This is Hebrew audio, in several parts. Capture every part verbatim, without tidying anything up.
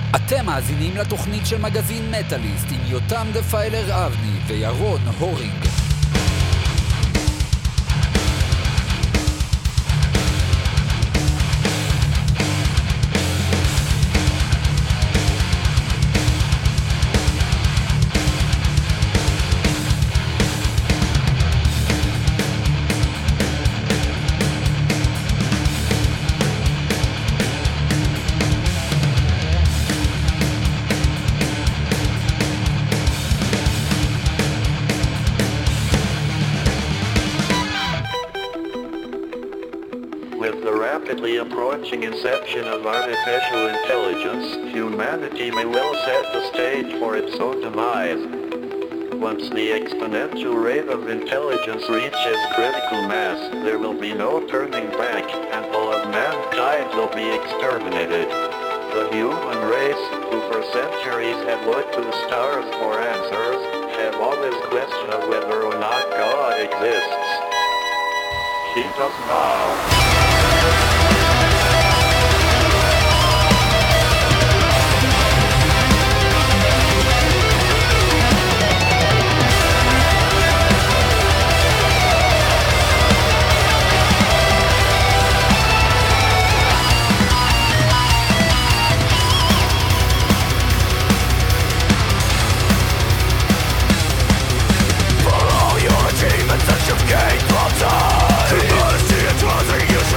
אתם מאזינים לתוכנית של מגזין מטאליסט עם יותם דפיילר אבני וירון הורינג. Approaching inception of artificial intelligence, humanity may well set the stage for its own demise. Once the exponential rate of intelligence reaches critical mass, there will be no turning back, and all of mankind will be exterminated. The human race, who for centuries have looked to the stars for answers, have always questioned whether or not God exists. Keep us now. Demons that you've gained from time, to mercy and trust you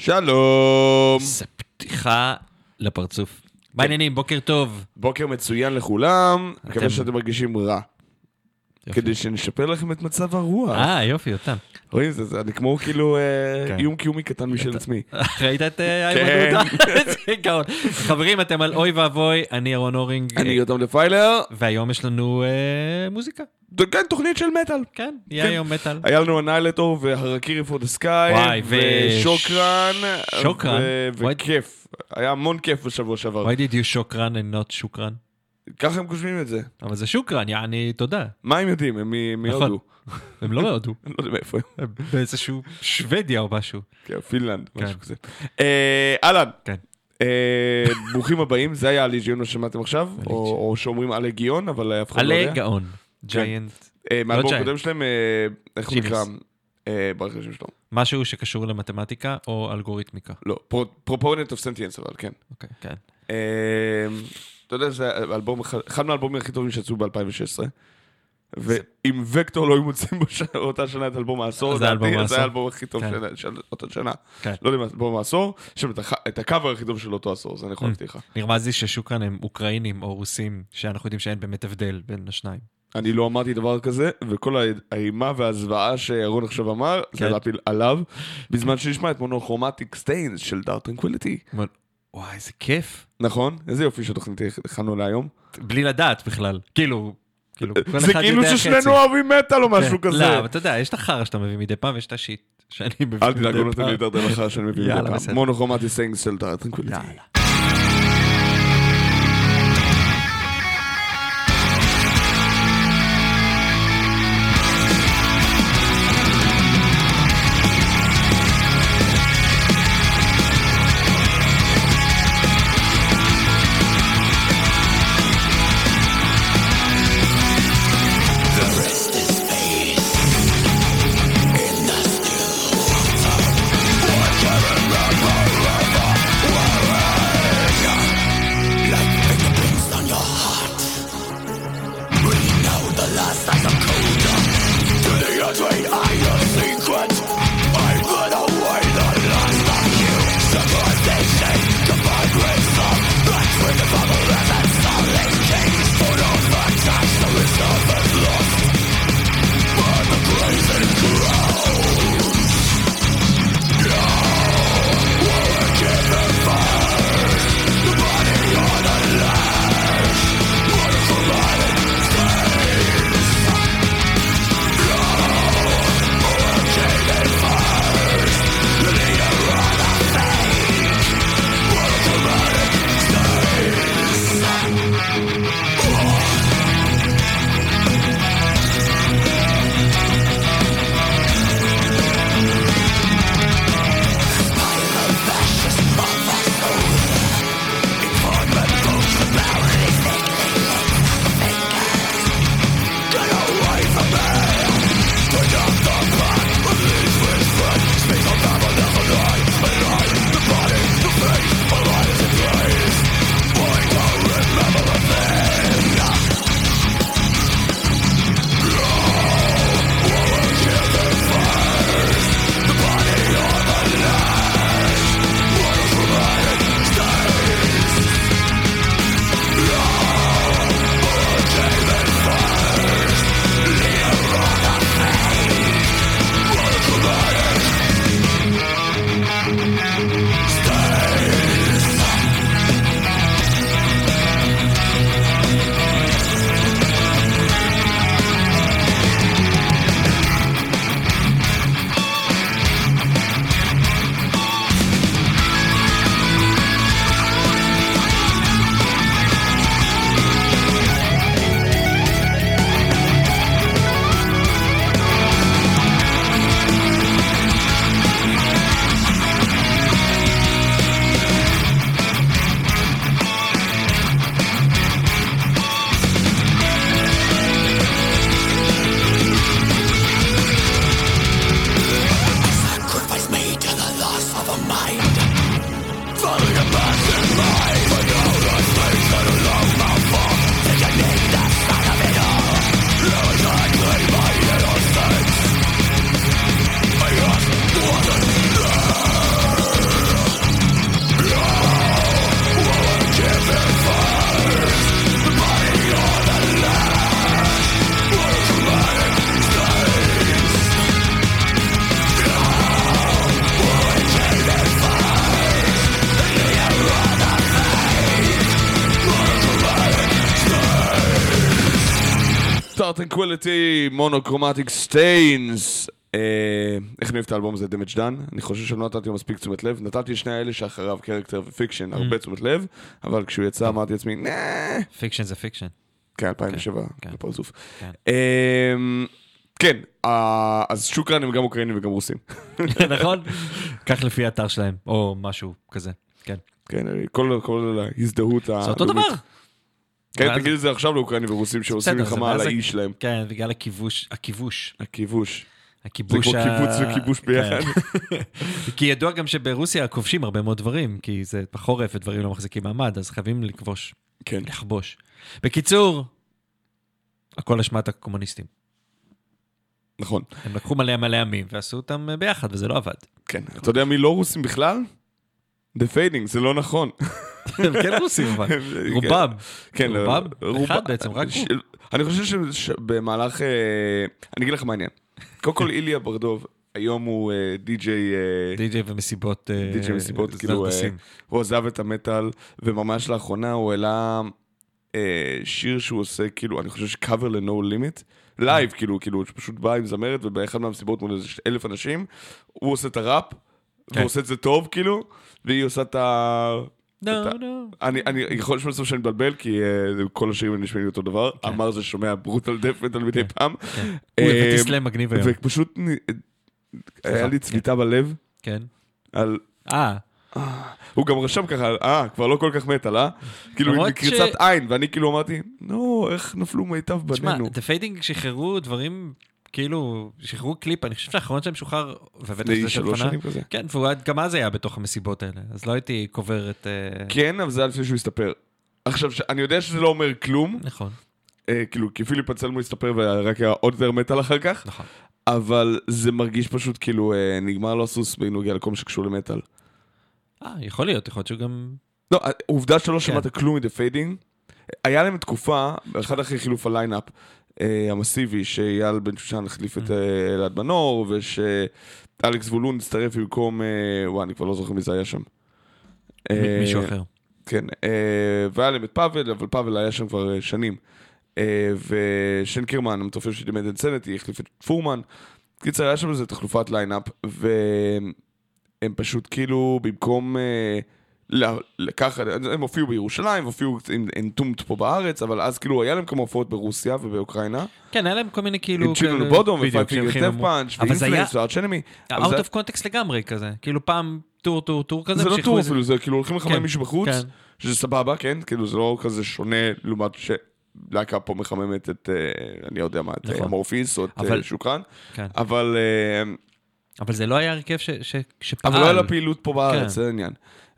שלום. זה פתיחה לפרצוף. מה העניינים? בוקר טוב. בוקר מצוין לכולם, מקווה שאתם מרגישים רע. כדי שנשפר לכם את מצב הרוח. אה, יופי, אותם. רואים, זה כמו כאילו איום קיומי קטן משל עצמי. ראית את איימן עודה? חברים, אתם על אוי ואבוי, אני ירון אורינג. אני יותם דפיילר. והיום יש לנו מוזיקה. כן, תוכנית של מטל. כן, יהיה היום מטל. היה לנו אנאילטור והרקירי פור דה סקאי. ושוקרן. שוקרן. וכיף. היה המון כיף בשבוע שעבר. Why did you שוקרן and not שוקרן? ככה הם חושבים את זה. אבל זה שוקרן, יעני, תודה. מה הם יודעים? הם מהודו. הם לא מהודו. אני לא יודע מאיפה הם. באיזשהו שוודיה או משהו. כן, פינלנד, משהו כזה. אהלן. כן. ברוכים הבאים, זה היה הליגיון ששמעתם עכשיו, או שאומרים עלי גיון, אבל אף אחד לא יודע. עלי גאון. ג'יינט. מהאלבום הקודם שלהם, איך הוא נקרא? ברח לשם שלום. משהו שקשור למתמטיקה או אלגוריתמיקה? לא, Proponent of Sentience, אבל כן. אוקיי, כן. אתה יודע, זה אחד מהאלבומים הכי טובים שיצאו ב-אלפיים ושש עשרה, ואם וקטור לא היו מוצאים באותה שנה את אלבום העשור, זה היה האלבום הכי טוב של אותה שנה. לא יודע, אלבום העשור, את הקאבר הכי טוב של אותו עשור, זה אני יכול להבטיח לך. נרמז לי ששוקרן הם אוקראינים או רוסים, שאנחנו יודעים שאין באמת הבדל בין השניים. אני לא אמרתי דבר כזה, וכל האימה והזוועה שירון עכשיו אמר, זה להפיל עליו, בזמן שנשמע את מונוכרומטיק סטיינס של דארק טרנקוויליטי. וואי, איזה כיף. נכון? איזה יופי שתוכנית הכנו להיום. בלי לדעת בכלל. כאילו, זה כאילו ששנינו אוהבים מטל או משהו כזה. לא, אבל אתה יודע, יש את החרא שאתה מביא מדי פעם, ויש את השיט שאני מביא מדי פעם. אל תדאג, לא נותן לי יותר לחרא שאני מביא מדי פעם. מונוכרומטיק סטיינס של דארק טרנקוויליטי. Why Start and Quality, Monochromatic Stains. איך נאהב את האלבום הזה, Damage Done? אני חושב שלא נתתי מספיק תשומת לב. נתתי שני האלה שאחריו, קרקטר ופיקשן, הרבה תשומת לב, אבל כשהוא יצא אמרתי לעצמי, נה... פיקשן זה פיקשן. כן, אלפיים ושבע, לפרצוף. כן, אז שוקרן הם גם אוקראינים וגם רוסים. נכון? כך לפי האתר שלהם, או משהו כזה, כן. כן, כל ההזדהות... זה אותו דבר. כן, תגיד את זה עכשיו לאוקראינים ורוסים שעושים מלחמה על האיש שלהם. כן, בגלל הכיבוש. הכיבוש. הכיבוש. הכיבוש. זה כמו קיבוץ וכיבוש ביחד. כי ידוע גם שברוסיה כובשים הרבה מאוד דברים, כי זה בחורף ודברים לא מחזיקים מעמד, אז חייבים לכבוש. כן. לכבוש. בקיצור, הכל אשמת הקומוניסטים. נכון. הם לקחו מלא מלא עמים ועשו אותם ביחד, וזה לא עבד. כן. אתה יודע מי לא רוסים בכלל? The Fading, זה לא נכון. הם כן רוסים, אבל. רובם. כן. רובם? אחד בעצם, רק הוא. אני חושב שבמהלך... אני אגיד לך מה העניין. קודם כל, איליה ברדוב, היום הוא די-ג'יי... די-ג'יי ומסיבות... די-ג'יי ומסיבות, כאילו, הוא עזב את המטל, וממש לאחרונה הוא העלה שיר שהוא עושה, כאילו, אני חושב ש-cover ל-No Limit, לייב, כאילו, כאילו, שפשוט בא עם זמרת, ובאחד מהמסיבות מול איזה אלף אנשים, הוא עושה את הראפ, והוא עושה את זה טוב, כאילו, והיא עושה את ה... לא, לא. אני יכול לשמוע לסוף שאני מבלבל, כי כל השירים נשמעים אותו דבר. אמר זה שומע ברוטל דף מטל מדי פעם. הוא הבטיס להם מגניב היום. ופשוט היה לי צביטה בלב. כן. על... אה. הוא גם רשם ככה, אה, כבר לא כל כך מטל, אה? כאילו, קריצת עין, ואני כאילו אמרתי, נו, איך נפלו מיטב בנינו. תשמע, The Fading שחררו דברים... כאילו, שחררו קליפ, אני חושב שהאחרון שלהם שוחרר, לפני שלוש שנים כזה. כן, והוא גם אז היה בתוך המסיבות האלה, אז לא הייתי קובר את... כן, אבל זה היה לפני שהוא הסתפר. עכשיו, אני יודע שזה לא אומר כלום. נכון. כאילו, כי פיליפ אצלמו הסתפר ורק היה עוד יותר מטל אחר כך. נכון. אבל זה מרגיש פשוט כאילו, נגמר לו הסוס בנוגע לכל מה שקשור למטל. אה, יכול להיות, יכול להיות שהוא גם... לא, העובדה שלא שמעת כלום מ-The Fading, היה להם תקופה, אחד אחרי חילוף הליינאפ, המסיבי, שאייל בן שושן החליף את אלעד מנור, ושאלכס וולון הצטרף במקום, וואי, אני כבר לא זוכר מי זה היה שם. מישהו אחר. כן, והיה להם את פאבל, אבל פאבל היה שם כבר שנים. ושן קירמן, המתופף של דימד אינסניטי, החליף את פורמן. קיצר, היה שם איזה תחלופת ליינאפ, והם פשוט כאילו, במקום... ככה, הם הופיעו בירושלים, הופיעו עם אנטומט פה בארץ, אבל אז כאילו היה להם כמה הופעות ברוסיה ובאוקראינה. כן, היה להם כל מיני כאילו... עם צ'ינון בודום ופייפינג דף פאנץ' ואינפלנס וארט שנמי. out of context לגמרי כזה, כאילו פעם טור טור טור כזה. זה לא טור אפילו, זה כאילו הולכים לחמם מישהו בחוץ, שזה סבבה, כן, כאילו זה לא כזה שונה לעומת שלהקה פה מחממת את, אני יודע מה, את המורפיס או את שוקרן, אבל... אבל זה לא היה הרכב שפעל. אבל לא היה לה פעילות פה בארץ, זה העניין.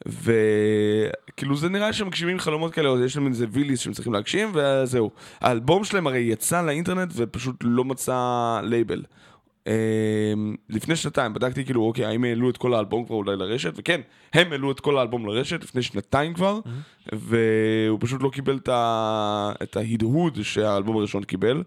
וכאילו זה נראה שהם מגשימים חלומות כאלה, יש להם איזה ויליס שהם צריכים להגשים, וזהו. האלבום שלהם הרי יצא לאינטרנט ופשוט לא מצא לייבל. לפני שנתיים בדקתי כאילו, אוקיי, האם העלו את כל האלבום כבר אולי לרשת, וכן, הם העלו את כל האלבום לרשת לפני שנתיים כבר, והוא פשוט לא קיבל את ההדהוד שהאלבום הראשון קיבל.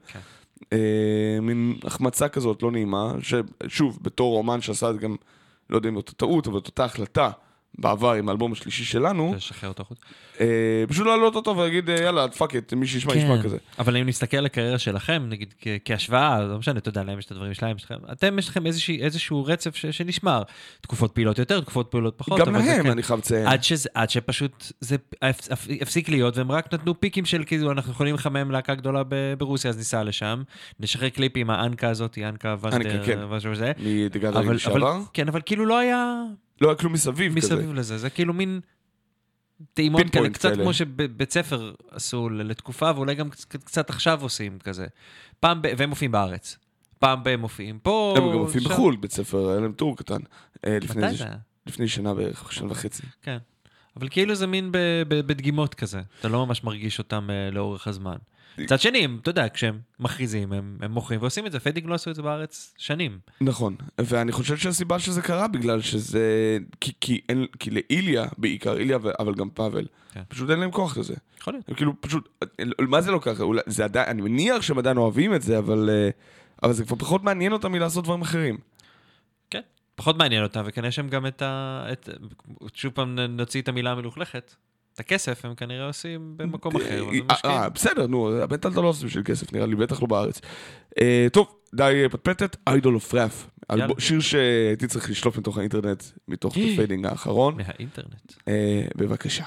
מין החמצה כזאת לא נעימה, ששוב, בתור אומן שעשה את גם, לא יודע אם אותה טעות, אבל אותה החלטה, בעבר עם האלבום השלישי שלנו, לשחרר אותו חוץ. פשוט להעלות אותו ולהגיד, יאללה, פאק את, מי שישמע, ישמע כזה. אבל אם נסתכל על הקריירה שלכם, נגיד, כהשוואה, לא משנה, תודה להם, יש את הדברים שלהם, אתם, יש לכם איזשהו רצף שנשמר, תקופות פעילות יותר, תקופות פעילות פחות. גם להם, אני חייב לציין. עד שפשוט זה הפסיק להיות, והם רק נתנו פיקים של, כאילו, אנחנו יכולים לחמם להקה גדולה ברוסיה, אז ניסע לשם, נשחרר קליפים, האנקה הזאת, האנקה לא היה כלום מסביב כזה. מסביב לזה, זה כאילו מין טעימות כאלה, קצת כמו שבית ספר עשו לתקופה, ואולי גם קצת עכשיו עושים כזה. פעם, והם מופיעים בארץ. פעם בהם מופיעים פה... הם גם מופיעים בחול, בית ספר, היה להם טור קטן. לפני שנה בערך, שנה וחצי. כן. אבל כאילו זה מין בדגימות כזה. אתה לא ממש מרגיש אותם לאורך הזמן. מצד שני, אתה יודע, כשהם מכריזים, הם, הם מוכרים ועושים את זה. פיידינג לא עשו את זה בארץ שנים. נכון, ואני חושב שהסיבה שזה קרה בגלל שזה, כי, כי, אין, כי לאיליה, בעיקר איליה, אבל גם פאבל, כן. פשוט אין להם כוח לזה. יכול להיות. כאילו, פשוט, מה זה לא ככה? זה עדיין, אני מניח שהם עדיין אוהבים את זה, אבל, אבל זה כבר פחות מעניין אותם מלעשות דברים אחרים. כן, פחות מעניין אותם, וכנראה שהם גם את ה... את, שוב פעם נוציא את המילה המלוכלכת, את הכסף הם כנראה עושים במקום אחר. בסדר, נו, המטל אתה לא עושים של כסף, נראה לי, בטח לא בארץ. טוב, די פטפטת, Idol of Wrath. שיר שהייתי צריך לשלוף מתוך האינטרנט, מתוך הפיידינג האחרון. מהאינטרנט. בבקשה.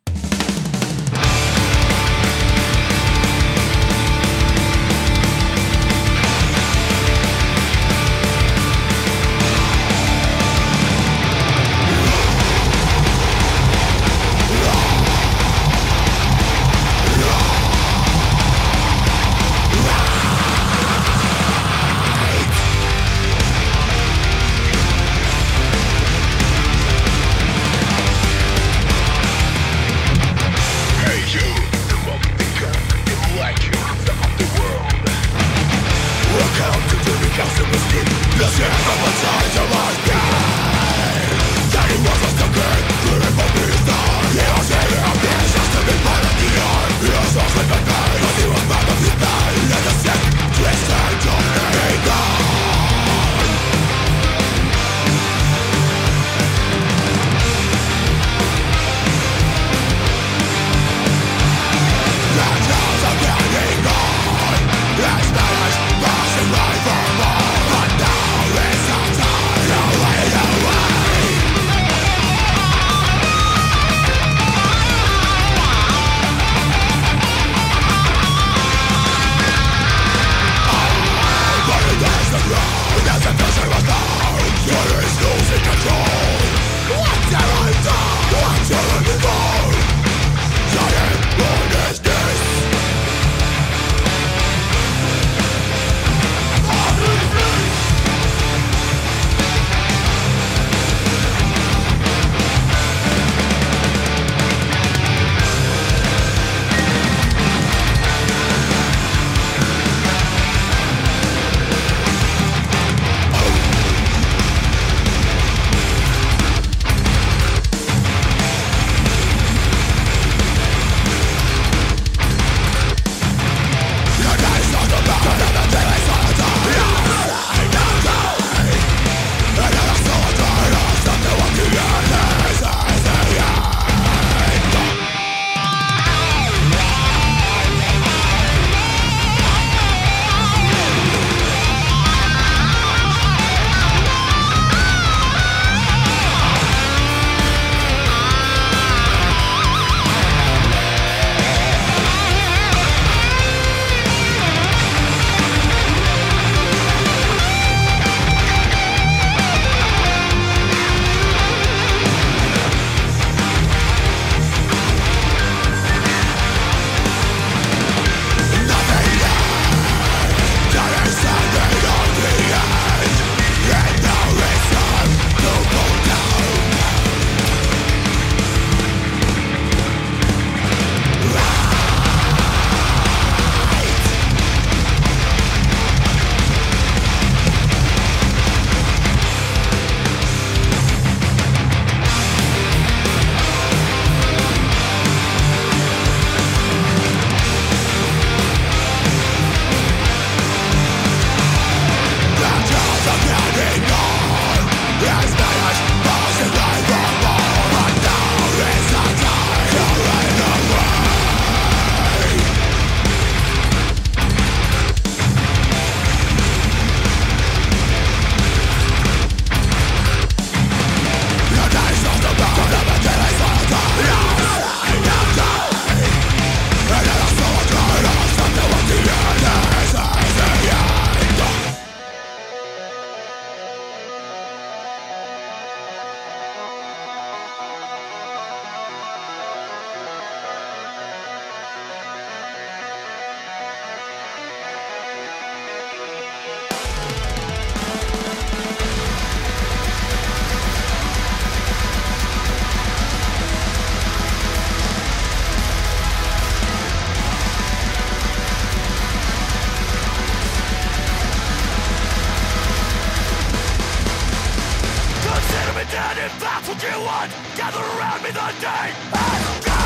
Gather around me the day and go!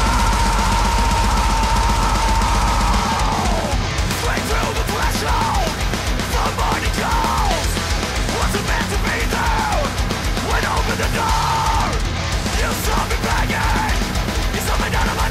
Straight through the threshold, the morning calls. Wasn't meant to be there when I opened the door. You saw me begging, you saw me down on my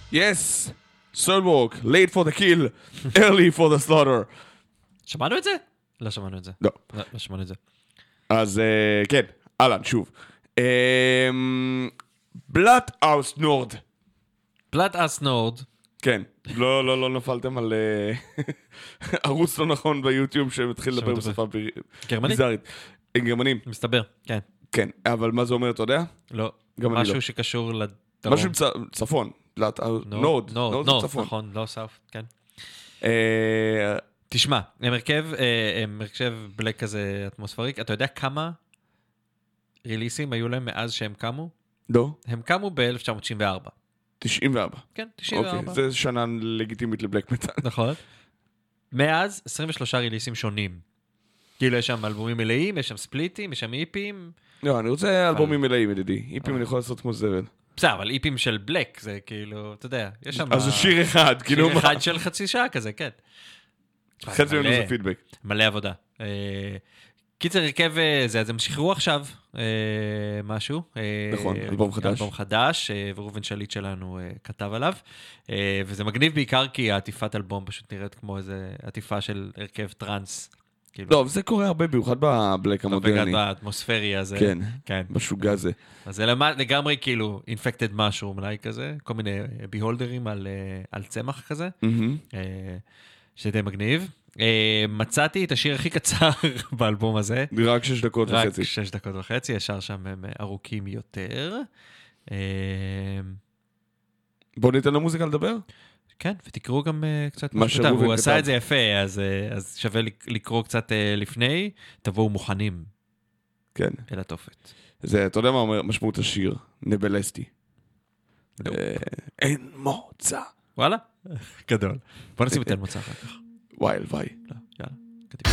Yes! Soilwork, late for the kill, early for the slaughter. שמענו את זה? לא שמענו את זה. לא. לא, לא שמענו את זה. אז כן, אהלן, שוב. בלאט אאוס נורד. בלאט אאוס נורד. כן, לא, לא, לא נפלתם על ערוץ לא נכון ביוטיוב שמתחיל לדבר בשפה ביזארית. גרמנים. מסתבר, כן. כן, אבל מה זה אומר, אתה יודע? לא. גם אני לא. משהו שקשור לדרום. משהו צפון. נורד. נורד זה צפון. נכון, לא סאוף, כן. תשמע, הם הרכב, הם הרכב בלק כזה אטמוספריק, אתה יודע כמה ריליסים היו להם מאז שהם קמו? לא. הם קמו ב-אלף תשע מאות תשעים וארבע. תשעים וארבע. כן, תשעים וארבע. אוקיי, זה שנה לגיטימית לבלק מטל. נכון. מאז עשרים ושלושה ריליסים שונים. כאילו יש שם אלבומים מלאים, יש שם ספליטים, יש שם איפים. לא, אני רוצה אלבומים מלאים, ידידי. איפים אני יכול לעשות כמו זבל. בסדר, אבל איפים של בלק, זה כאילו, אתה יודע, יש שם... אז זה שיר אחד, כאילו מה? שיר אחד של חצי שעה כזה, כן. חצי ממנו זה פידבק. מלא עבודה. קיצר, הרכב זה, אז הם שחררו עכשיו משהו. נכון, אלבום חדש. אלבום חדש, ורובן שליט שלנו כתב עליו. וזה מגניב בעיקר כי העטיפת אלבום פשוט נראית כמו איזה עטיפה של הרכב טרנס. לא, זה קורה הרבה, במיוחד בבלק המודרני. באטמוספרי הזה. כן, בשוגע הזה. אז זה לגמרי כאילו אינפקטד משהו, אולי כזה, כל מיני ביהולדרים על צמח כזה, שזה מגניב. מצאתי את השיר הכי קצר באלבום הזה. רק שש דקות וחצי. רק שש דקות וחצי, ישר שם הם ארוכים יותר. בוא ניתן למוזיקה לדבר? כן, ותקראו גם קצת מה שכתב. הוא עשה את זה יפה, אז שווה לקרוא קצת לפני, תבואו מוכנים. כן. אל התופת. זה, אתה יודע מה אומר משמעות השיר? נבלסטי. אין מוצא. וואלה? גדול. בוא נשים את אין מוצא אחר כך. וואי, אלוואי. יאללה, קדימה.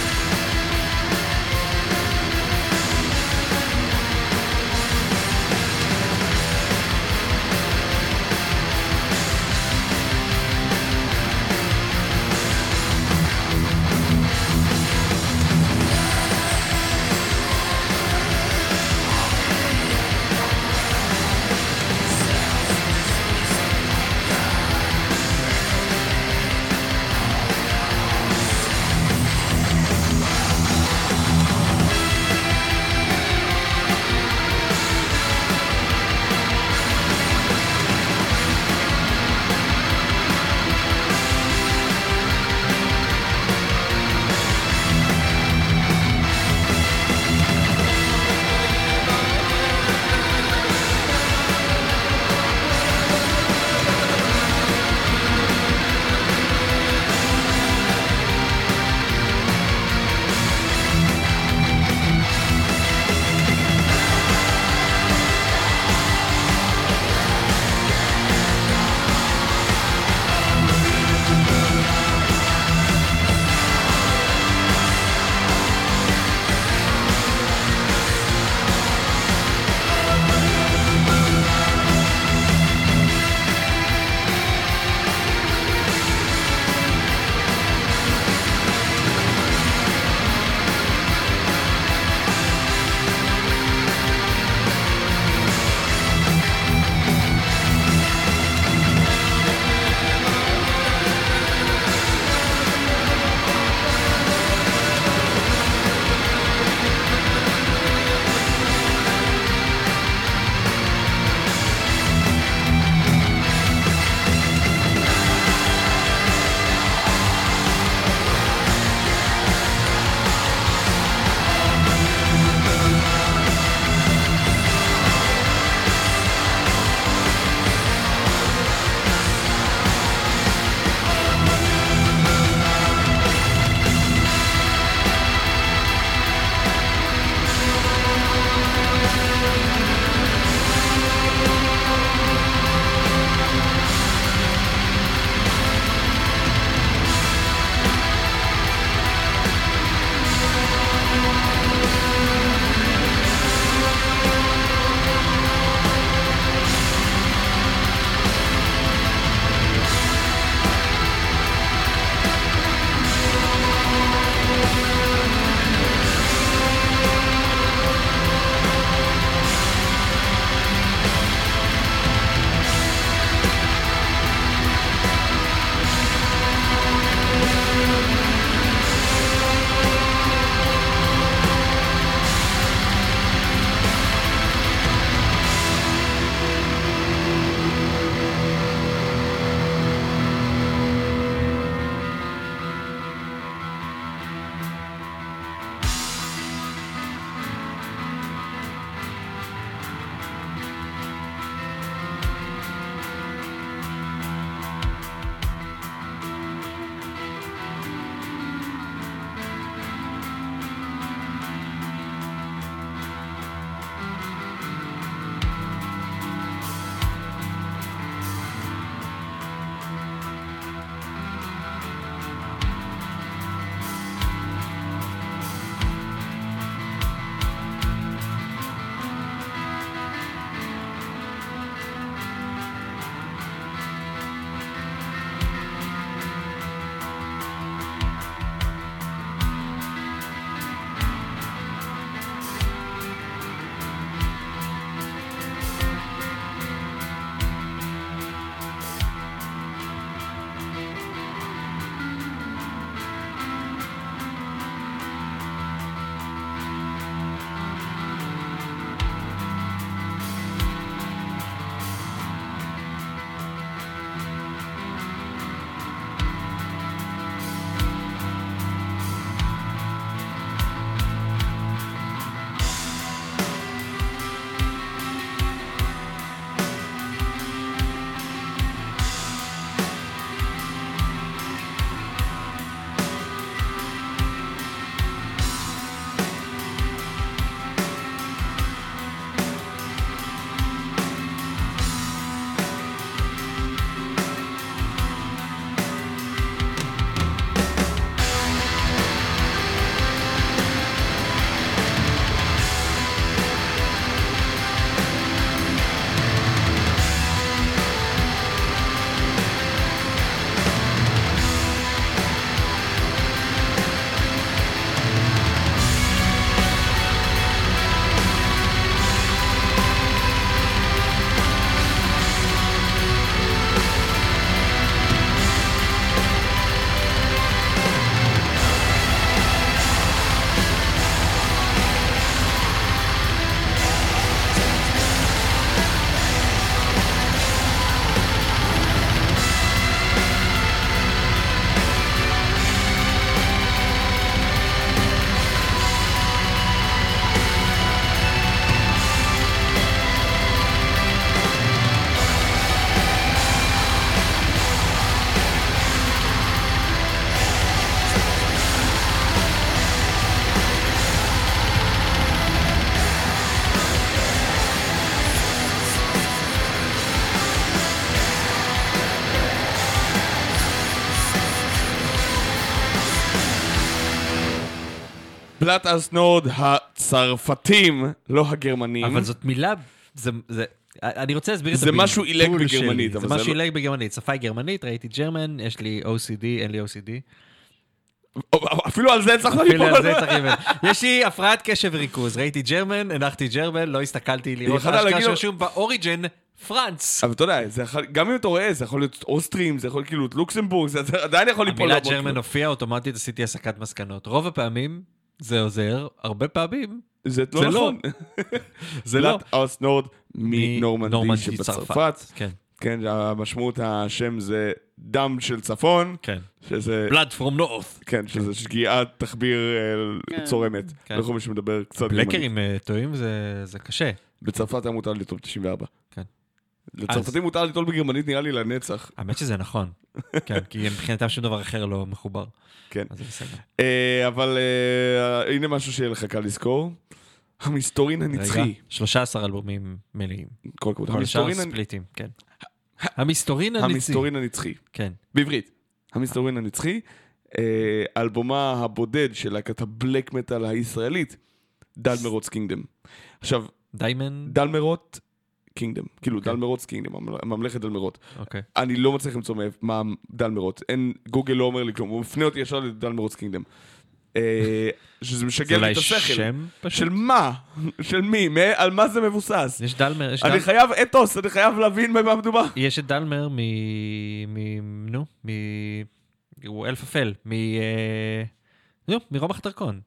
We'll be right back. בלאט אסנורד הצרפתים, לא הגרמנים. אבל זאת מילה, זה... זה... אני רוצה להסביר את זה משהו עילג בגרמנית. זה משהו עילג בגרמנית. שפה היא גרמנית, ראיתי ג'רמן, יש לי או סי די, אין לי או סי די. אפילו על זה צריך ליפול. אפילו על זה צריך ליפול. יש לי הפרעת קשב וריכוז, ראיתי ג'רמן, הנחתי ג'רמן, לא הסתכלתי לראות אשכרה שרשום באוריג'ן פרנס. אבל אתה יודע, גם אם אתה רואה, זה יכול להיות אוסטרים, זה יכול להיות כאילו לוקסמבורג, זה עדיין יכול ליפול. המילה ג'רמן הופיעה, אוטומטית עשיתי הסקת מסקנות. רוב הפעמים זה עוזר, הרבה פעמים זה לא נכון. זה לא. בלאט אסנורד מנורמנדי שבצרפת. כן. כן, המשמעות השם זה דם של צפון. כן. שזה... Blood from North. כן, שזה שגיאת תחביר צורמת. לכל מי שמדבר קצת גרמנית. בלקרים טועים זה קשה. בצרפת היה מותר לטול תשעים וארבע. כן. לצרפתים מותר לטול בגרמנית נראה לי לנצח. האמת שזה נכון. כן, כי מבחינתם שום דבר אחר לא מחובר. כן. אז זה בסדר. אבל הנה משהו שיהיה לך קל לזכור. המסתורין הנצחי. שלושה עשר אלבומים מלאים. כל כבוד. כל השאר ספליטים, כן. המסתורין הנצחי. המסתורין הנצחי. כן. בעברית. המסתורין הנצחי. אלבומה הבודד של להקת הבלק מטל הישראלית, דלמרוטס קינגדם. עכשיו, דיימן? דלמרוט קינגדם. כאילו, דלמרוטס קינגדם, ממלכת דלמרוט. אוקיי. אני לא מצליח למצוא מה דלמרוט. אין, גוגל לא אומר לי כלום. הוא מפנה אותי ישר לדלמרוטס קינגדם. שזה משגע לי את השכל. זה אולי שם פשוט? של מה? של מי? על מה זה מבוסס? יש דלמר, יש אני דל... חייב אתוס, אני חייב להבין במה מדובר. יש את דלמר מ... מ... נו, מ... הוא אלף אפל, מ... נו, מרומח דרקון.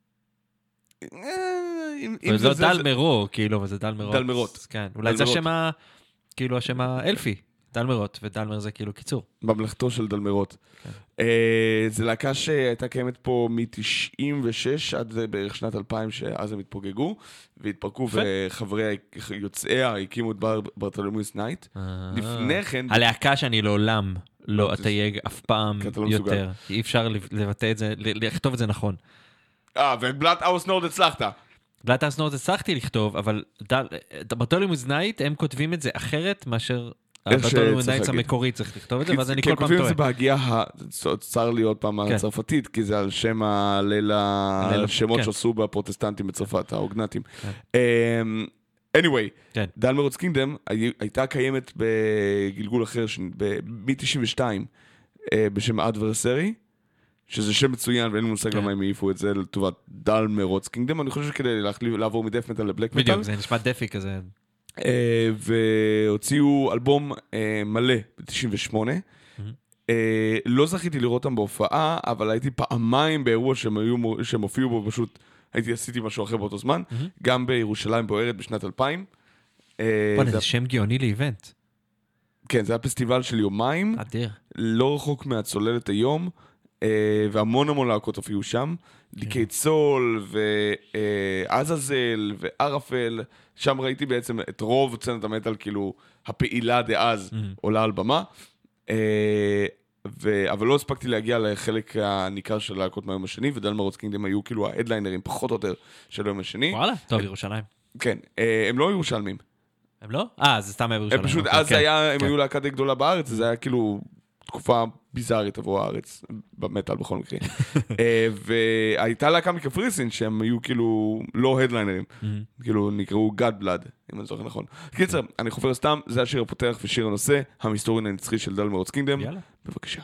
זה דלמרו, כאילו, וזה דלמרות. דלמרות. כן, אולי זה השם ה... כאילו, השם האלפי. דלמרות, ודלמר זה כאילו קיצור. ממלכתו של דלמרות. זה להקה שהייתה קיימת פה מ-תשעים ושש עד בערך שנת אלפיים, שאז הם התפוגגו, והתפרקו, וחברי יוצאיה הקימו את ברטולמאוס נייט. לפני כן... הלהקה שאני לעולם לא אתייג אף פעם יותר. אי אפשר לבטא את זה, לכתוב את זה נכון. אה, ובלאט אסנורד הצלחת. בלאט אסנורד הצלחתי לכתוב, אבל ברטולמאוס נייט, הם כותבים את זה אחרת מאשר... ברטולמאוס נייט המקורי צריך לכתוב את זה, ואז אני כל פעם טועה. כותבים את זה בהגיעה, צר לי עוד פעם הצרפתית, כי זה על שם הליל השמות שעשו בפרוטסטנטים בצרפת, האוגנטים. anyway, דלמרוטס קינגדם הייתה קיימת בגלגול אחר, מ-תשעים ושתיים, בשם אדברסרי, שזה שם מצוין, ואין לי מושג למה הם העיפו את זה לטובת דלמרוטס קינגדם. אני חושב שכדי לעבור מדף מטל לבלק מטל. בדיוק, זה נשמע דפי כזה. והוציאו אלבום מלא ב-תשעים ושמונה. לא זכיתי לראות אותם בהופעה, אבל הייתי פעמיים באירוע שהם הופיעו בו, פשוט הייתי עשיתי משהו אחר באותו זמן, גם בירושלים בוערת בשנת אלפיים. בוא'נה, זה שם גאוני לאיבנט. כן, זה היה פסטיבל של יומיים. אדיר. לא רחוק מהצוללת היום, והמון המון להקות הופיעו שם. דיקי צול, ועזאזל, וערפל. שם ראיתי בעצם את רוב צנת המטל, כאילו, הפעילה דאז עולה על במה. אבל לא הספקתי להגיע לחלק הניכר של להקות מהיום השני, ודלמרוטס קינגדם היו כאילו ההדליינרים פחות או יותר של היום השני. וואלה, טוב, ירושלים. כן, הם לא ירושלמים. הם לא? אה, זה סתם היה בירושלים. פשוט, אז הם היו להקה די גדולה בארץ, זה היה כאילו תקופה ביזארית עבור הארץ, במטל בכל מקרה. והייתה להקה מקפריסין, שהם היו כאילו לא הדליינרים, כאילו נקראו God Blood, אם אני זוכר נכון. קיצר, אני חופר סתם, זה השיר הפותח ושיר הנושא, המסתורין הנצחי של דלמרוטס קינגדם. בבקשה.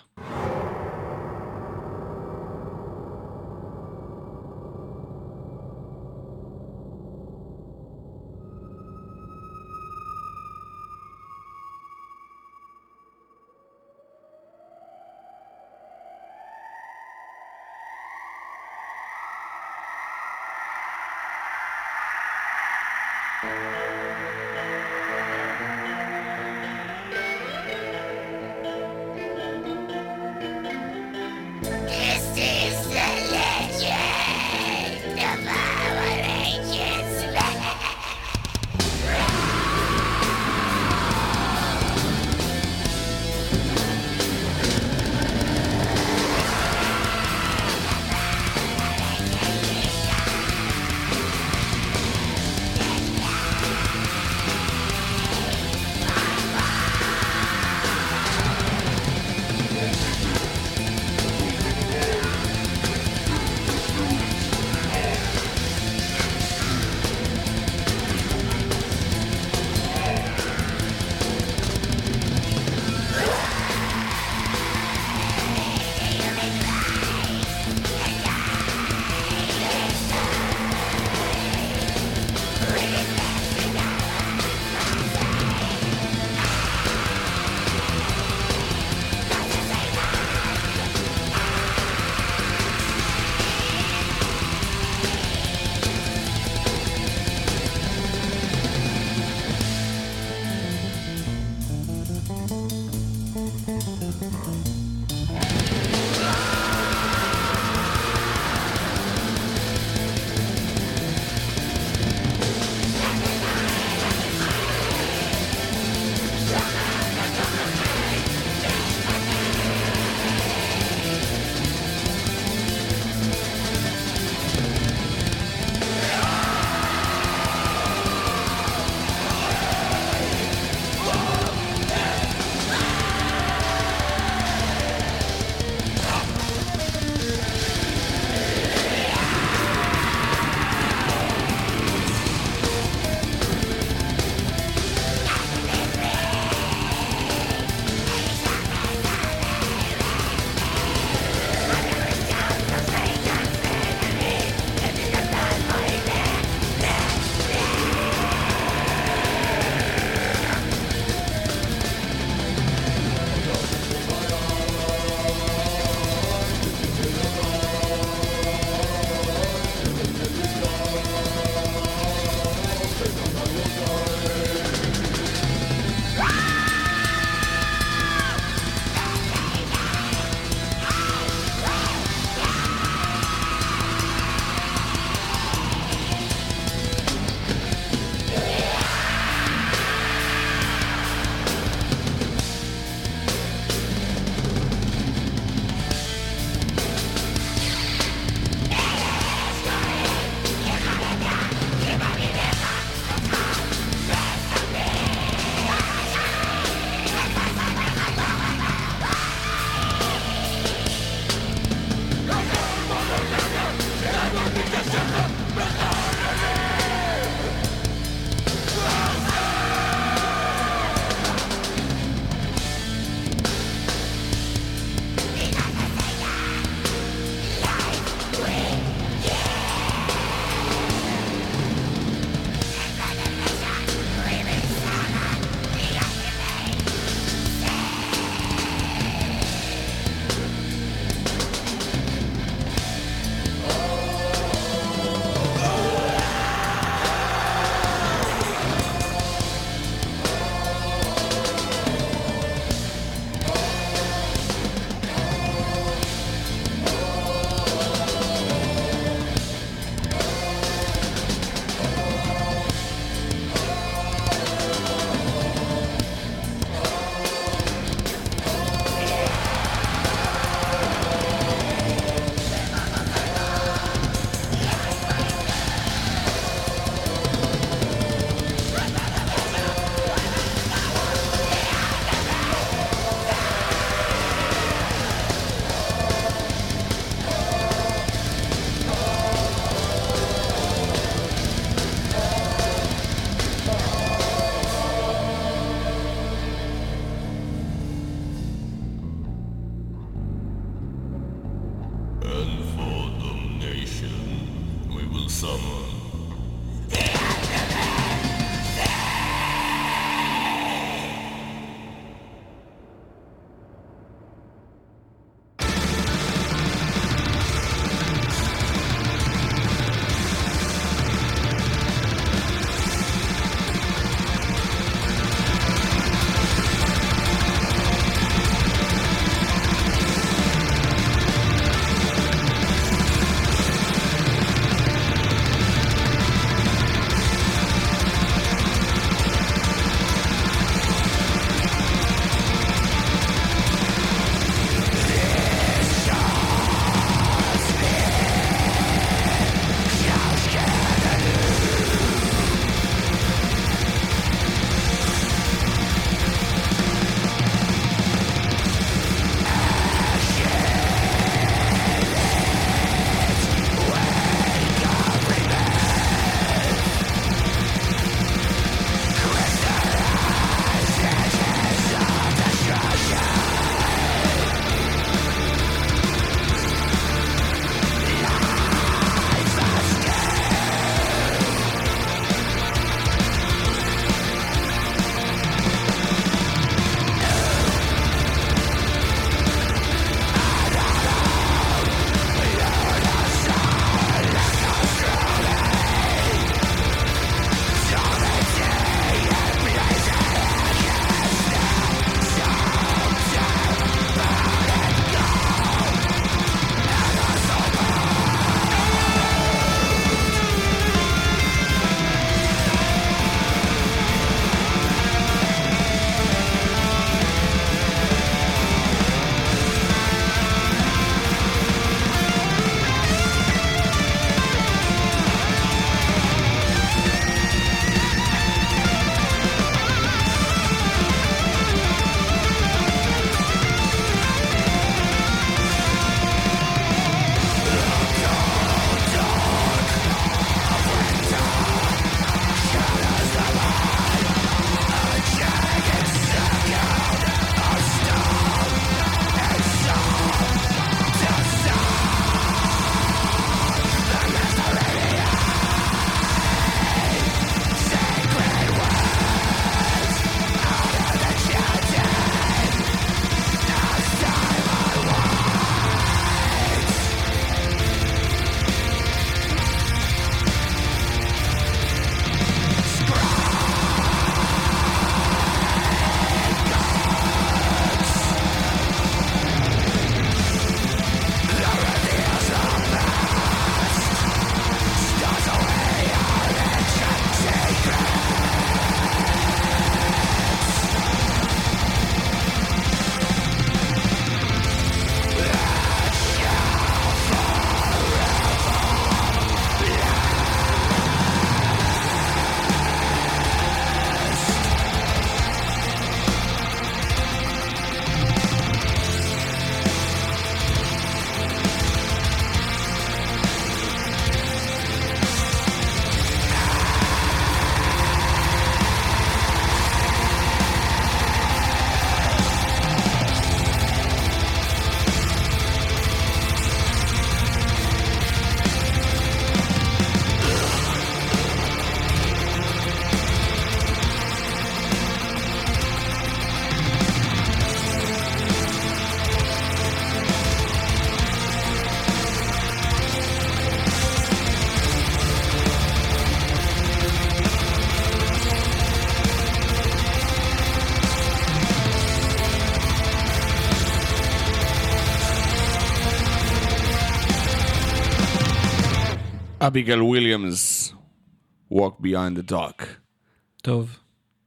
אביגל וויליאמס, Walk Beyond the Dark. טוב.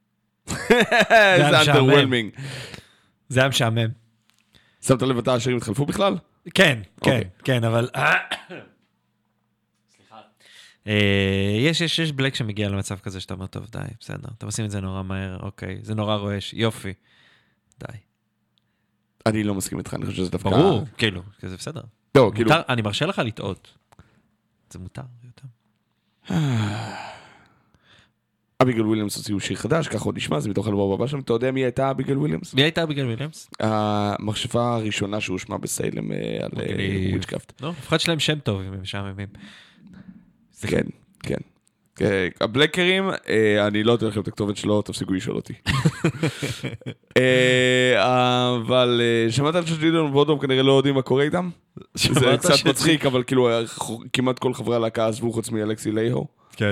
זה underwhelming. זה היה משעמם. שמת לב את השירים התחלפו בכלל? כן, כן, כן, אבל... סליחה. יש, יש, יש בלק שמגיע למצב כזה שאתה אומר, טוב, די, בסדר. אתם עושים את זה נורא מהר, אוקיי, זה נורא רועש, יופי. די. אני לא מסכים איתך, אני חושב שזה דווקא... ברור, כאילו, זה בסדר. לא, כאילו... אני מרשה לך לטעות. זה מותר יותר. אביגל וויליאמס הוציאו שיר חדש, ככה עוד נשמע, זה מתוך אלבום הבא שם. אתה יודע מי הייתה אביגל וויליאמס? מי הייתה אביגל וויליאמס? המכשפה הראשונה שהושמע בסיילם על וויצ'קראפט. לא, לפחות שלהם שם טוב, אם הם משעממים. כן, כן. הבלקרים, אני לא אתן לכם את הכתובת שלו, תפסיקו לשאול אותי. אבל שמעת על שג'ילון ובודום כנראה לא יודעים מה קורה איתם? זה קצת מצחיק, אבל כאילו כמעט כל חברי הלהקה עזבו חוץ מאלכסי לייהו. כן.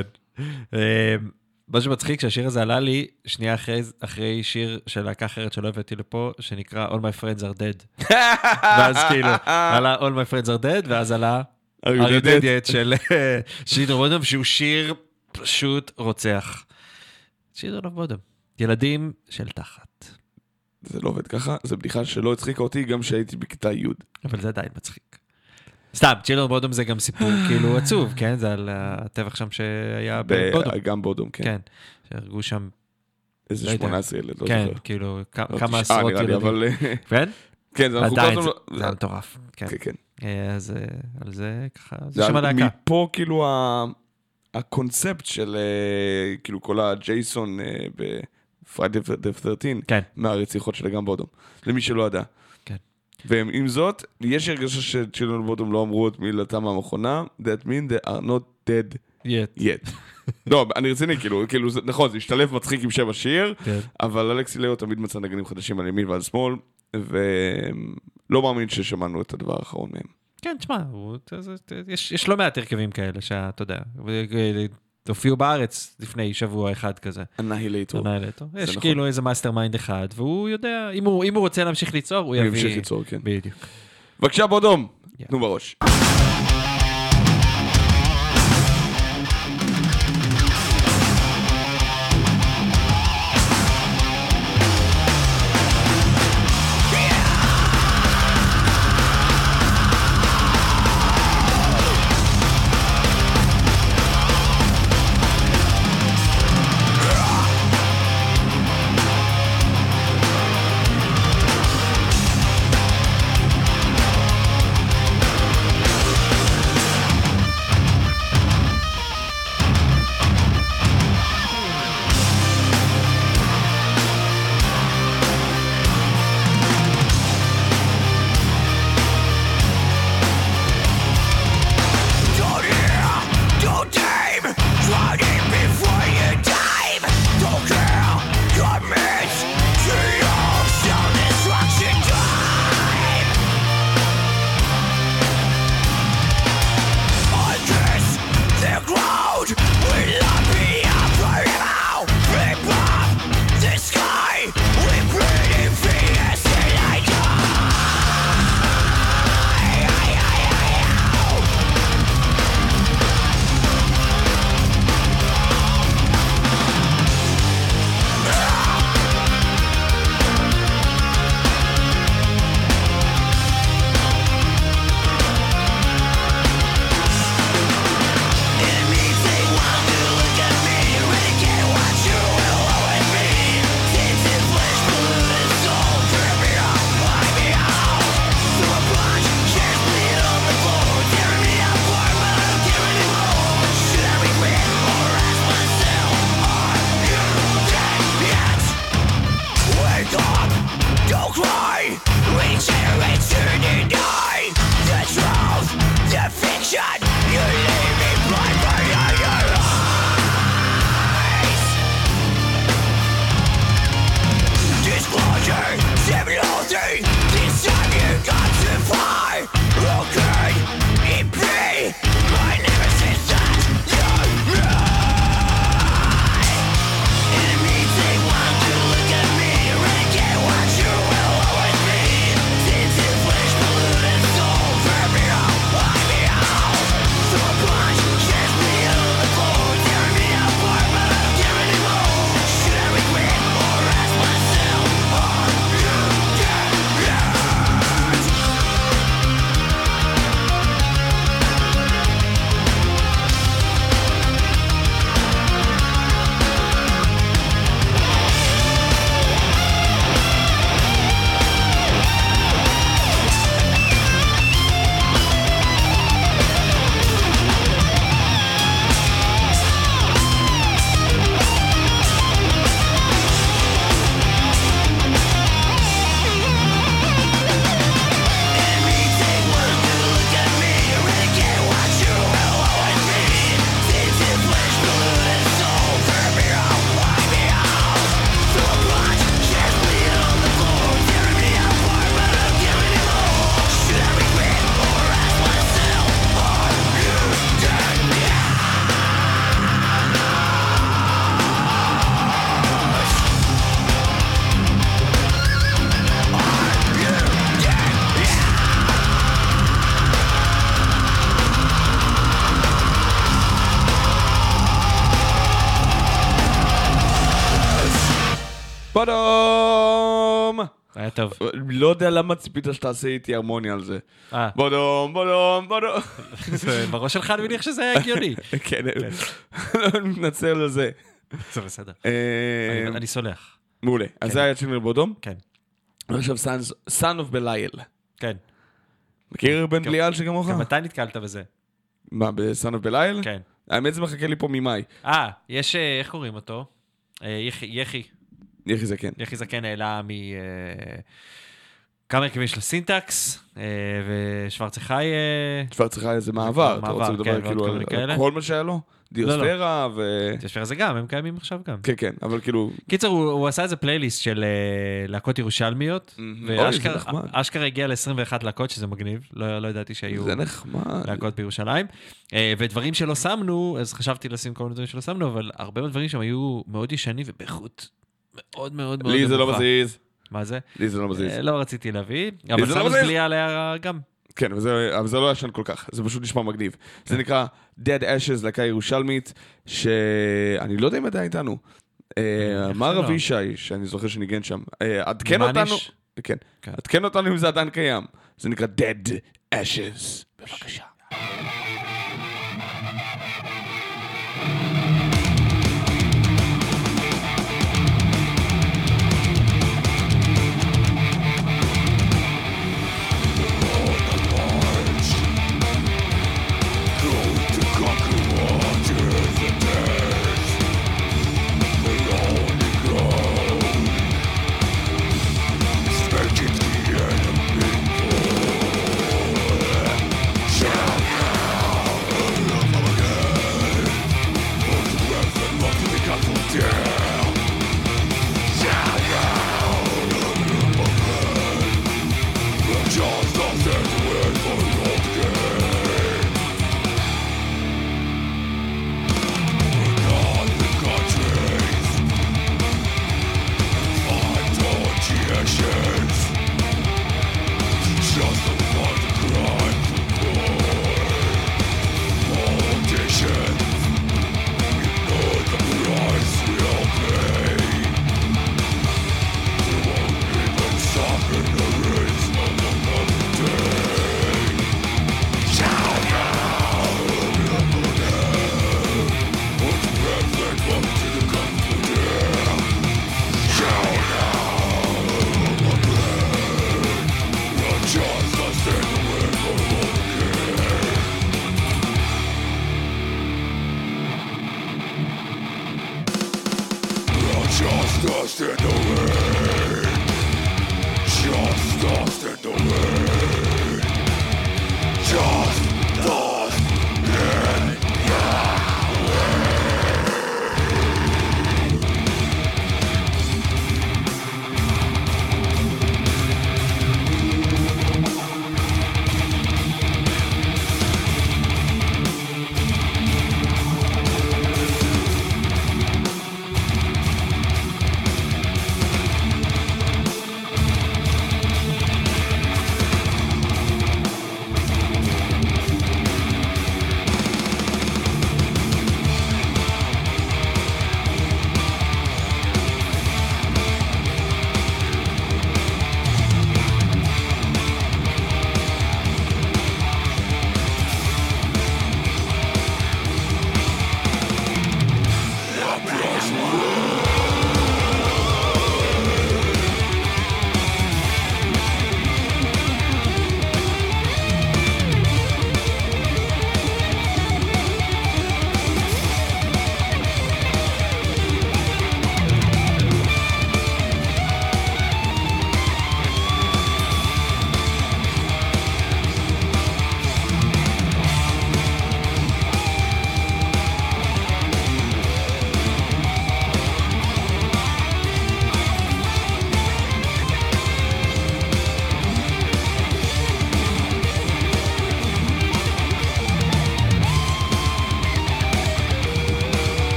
מה שמצחיק שהשיר הזה עלה לי שנייה אחרי שיר של להקה אחרת שלא הבאתי לפה, שנקרא All My Friends Are Dead. ואז כאילו, עלה All My Friends Are Dead, ואז עלה Are You Dead Yet של שיר בודום, שהוא שיר פשוט רוצח. שיר בודום. ילדים של תחת. זה לא עובד ככה, זה בדיחה שלא הצחיקה אותי גם שהייתי בכיתה י'. אבל זה עדיין מצחיק. סתם, צ'ילדרן בודום זה גם סיפור כאילו עצוב, כן? זה על הטבח שם שהיה בבודום. גם בודום, כן. כן, שהרגו שם... איזה שמונה עשרה ילד, לא כן, זוכר. כאילו, כמה עשרות ילדים. כן? כן, זה עדיין, זה היה מטורף. כן, כן. אז על זה ככה, זה שם הלהקה. מפה כאילו הקונספט של כאילו כל הג'ייסון ב-Friday the thirteenth, מהרציחות של גם בודום. למי שלא ידע. ועם זאת, יש הרגשה שצ'ילדרן בודום לא אמרו את מילתם מהמכונה, that mean they are not dead yet. yet. לא, אני רציני, כאילו, כאילו, נכון, זה השתלב מצחיק עם שם השיר, אבל אלכסי לאו תמיד מצא נגנים חדשים על ימין ועל שמאל, ולא מאמין ששמענו את הדבר האחרון מהם. כן, תשמע, יש לא מעט הרכבים כאלה, שאתה יודע, הופיעו בארץ לפני שבוע אחד כזה. אנהילטור. יש כאילו איזה מאסטר מיינד אחד, והוא יודע, אם הוא רוצה להמשיך ליצור, הוא יביא... ימשיך ליצור, כן. בדיוק. בבקשה, בודום, תנו בראש. Yeah. בודום! היה טוב. לא יודע למה ציפית שתעשה איתי הרמוניה על זה. בודום, בודום, בודום. בראש שלך אני מניח שזה היה הגיוני. כן, לא מתנצל על זה. זה בסדר. אני סולח. מעולה. אז זה היה צ'ינר בודום? כן. עכשיו Son of Belial. כן. מכיר בן בליעל שכמוך? מתי נתקלת בזה? מה, ב-Son of Belial? כן. האמת זה מחכה לי פה ממאי. אה, יש, איך קוראים אותו? יחי. יחי זקן. יחי זקן העלה מ... כמה הרכבים של הסינטקס, ושוורצה חי... שוורצה חי זה מעבר, אתה רוצה לדבר כאילו על כל מה שהיה לו? דיוספרה ו... דיוספרה זה גם, הם קיימים עכשיו גם. כן, כן, אבל כאילו... קיצר, הוא עשה איזה פלייליסט של להקות ירושלמיות, ואשכרה הגיע ל-עשרים ואחת להקות, שזה מגניב, לא ידעתי שהיו להקות בירושלים, ודברים שלא שמנו, אז חשבתי לשים כל מיני דברים שלא שמנו, אבל הרבה מהדברים שם היו מאוד ישנים ובאיכות מאוד מאוד מאוד... לי זה לא מזיז. מה זה? לי זה לא מזיז. לא רציתי להביא, אבל סנוס בליעל היה גם. כן, אבל זה לא ישן כל כך, זה פשוט נשמע מגניב. זה נקרא Dead Ashes, להקה ירושלמית, שאני לא יודע אם עדיין איתנו. מר אבישי, שאני זוכר שניגן שם, עדכן אותנו, כן, עדכן אותנו אם זה עדיין קיים. זה נקרא Dead Ashes. בבקשה.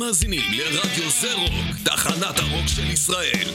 מאזינים לרדיו זה רוק, תחנת הרוק של ישראל.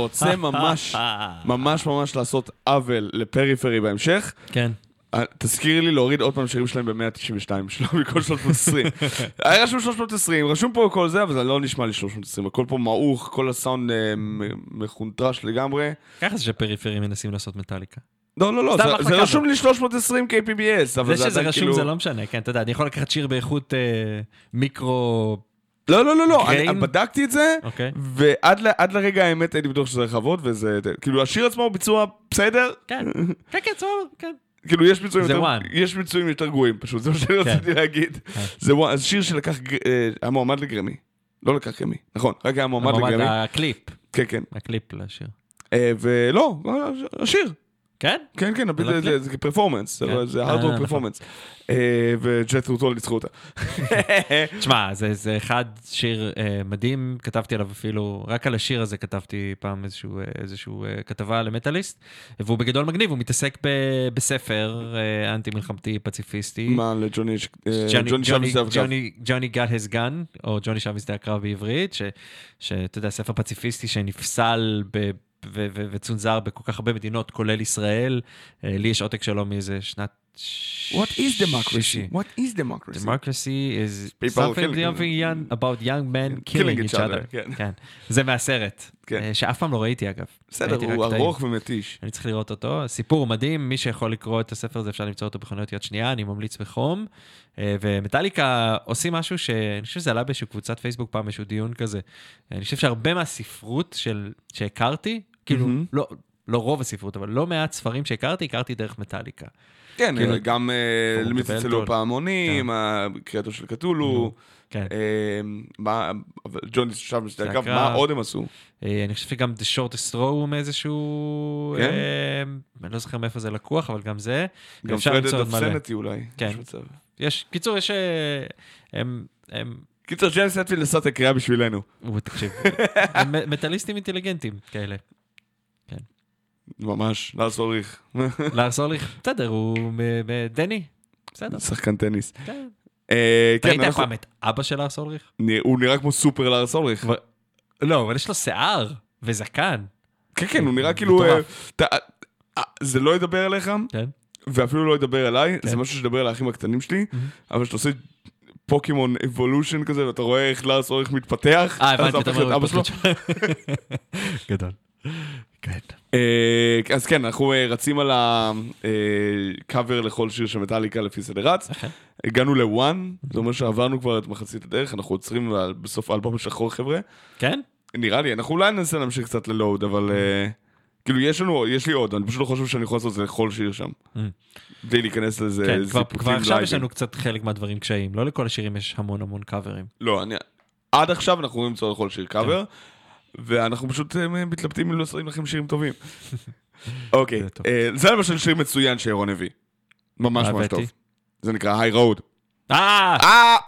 רוצה ממש, ממש ממש לעשות עוול לפריפרי בהמשך, כן. תזכיר לי להוריד עוד פעם שירים שלהם ב-מאה תשעים ושתיים, שלא מכל שלוש מאות ועשרים. היה רשום שלוש מאות ועשרים, רשום פה כל זה, אבל זה לא נשמע לי שלוש מאות ועשרים. הכל פה מעוך, כל הסאונד מחונטרש לגמרי. ככה זה שפריפרים מנסים לעשות מטאליקה. לא, לא, לא, זה רשום לי שלוש מאות ועשרים קיי פי בי אס, אבל זה שזה רשום זה לא משנה, כן, אתה יודע, אני יכול לקחת שיר באיכות מיקרו... לא, לא, לא, לא, אני בדקתי את זה, ועד לרגע האמת הייתי בטוח שזה רחבות, וזה, כאילו, השיר עצמו הוא ביצוע בסדר? כן, כן, כן, כן. כאילו, יש ביצועים יותר, יש ביצועים יותר גרועים, פשוט, זה מה שאני רציתי להגיד. זה שיר שלקח, היה מועמד לגרמי, לא לקח גרמי, נכון, רק היה מועמד לגרמי. המועמד הקליפ. כן, כן. הקליפ לשיר. ולא, השיר. כן? כן, כן, זה פרפורמנס, זה הארד-רוק פרפורמנס. וג'ת'רו טול ניצחו אותה. תשמע, זה אחד שיר מדהים, כתבתי עליו אפילו, רק על השיר הזה כתבתי פעם איזשהו כתבה למטאליסט, והוא בגדול מגניב, הוא מתעסק בספר אנטי-מלחמתי פציפיסטי. מה, לג'וני שוויז הקרב? ג'וני got his gun, או ג'וני שוויז הקרב בעברית, שאתה יודע, ספר פציפיסטי שנפסל ב... וצונזר בכל כך הרבה מדינות, כולל ישראל. לי יש עותק שלו מאיזה שנת... What is democracy? What is democracy? Democracy is something young about young men killing each other. כן. זה מהסרט, שאף פעם לא ראיתי אגב. בסדר, הוא ארוך ומתיש. אני צריך לראות אותו. סיפור מדהים, מי שיכול לקרוא את הספר הזה, אפשר למצוא אותו בחנויות יד שנייה, אני ממליץ בחום. ומטאליקה עושים משהו שאני חושב שזה עלה באיזושהי קבוצת פייסבוק פעם, איזשהו דיון כזה. אני חושב שהרבה מהספרות שהכרתי, כאילו, לא רוב הספרות, אבל לא מעט ספרים שהכרתי, הכרתי דרך מטאליקה. כן, גם למצלצלו פעמונים, הקריאתו של קטולו, ג'וני שם משתי הקרב, מה עוד הם עשו? אני חושב שגם The Shortest Row מאיזשהו, אני לא זוכר מאיפה זה לקוח, אבל גם זה. גם פרדת אפסנטי אולי. כן. קיצור, יש... קיצור, ג'יימס סטפילד עשה את הקריאה בשבילנו. תקשיב, מטאליסטים אינטליגנטים כאלה. כן. ממש, לארס אוריך. לארס אוריך, בסדר, הוא דני, בסדר. שחקן טניס. כן. ראית פעם את אבא של לארס אוריך? הוא נראה כמו סופר לארס אוריך. לא, אבל יש לו שיער וזקן. כן, כן, הוא נראה כאילו... זה לא ידבר אליך, ואפילו לא ידבר אליי, זה משהו שדבר על האחים הקטנים שלי, אבל שאתה עושה פוקימון אבולושן כזה, ואתה רואה איך לארס אוריך מתפתח, אה, הבנתי, אתה אומר, אבא שלו. גדול. אז כן, אנחנו רצים על הקאבר לכל שיר של מטאליקה לפי סדר רץ. הגענו לוואן, זה אומר שעברנו כבר את מחצית הדרך, אנחנו עוצרים בסוף האלבום השחור, חבר'ה. כן? נראה לי, אנחנו אולי ננסה להמשיך קצת ללואוד, אבל כאילו יש לנו, יש לי עוד, אני פשוט לא חושב שאני יכול לעשות את זה לכל שיר שם. בלי להיכנס לזה זיפוטים. כבר עכשיו יש לנו קצת חלק מהדברים קשיים, לא לכל השירים יש המון המון קאברים. לא, עד עכשיו אנחנו רואים למצוא לכל שיר קאבר. ואנחנו פשוט מתלבטים אם לא שרים לכם שירים טובים. אוקיי, זה למשל שיר מצוין שאירון הביא. ממש ממש טוב. זה נקרא היי רוד. אה! אה!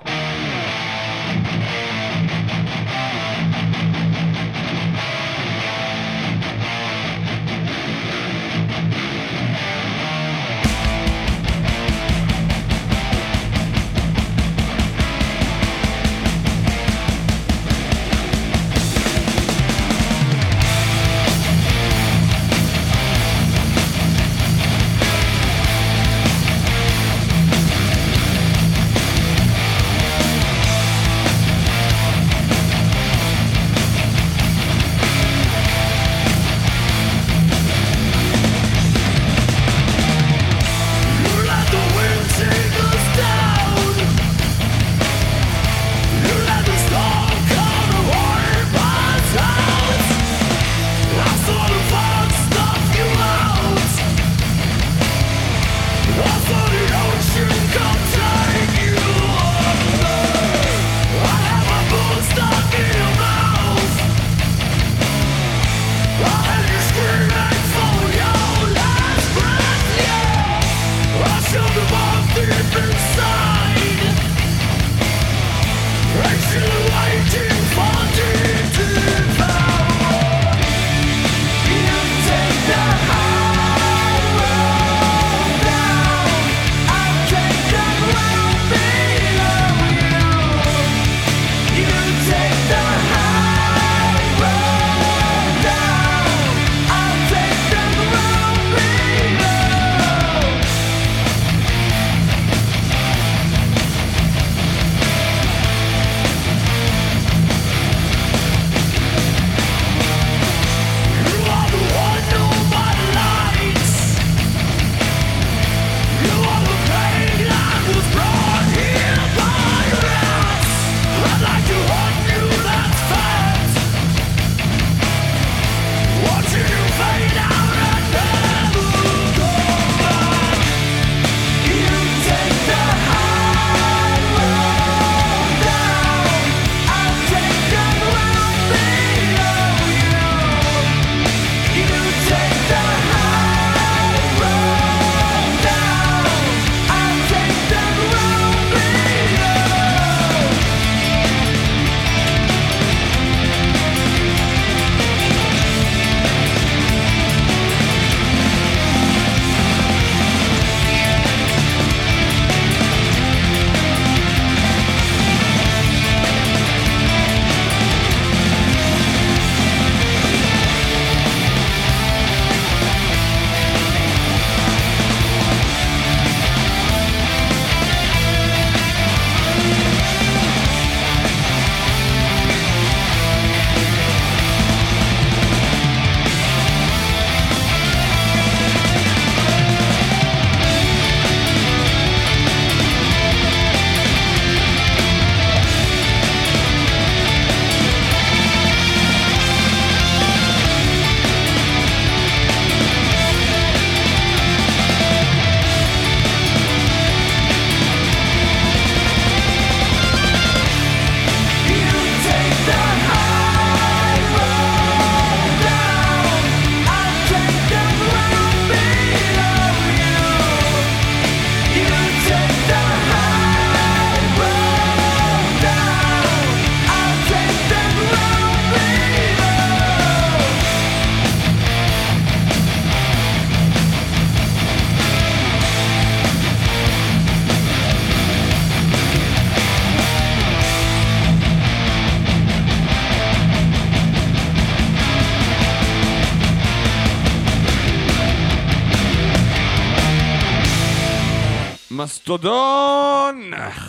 מסטודון!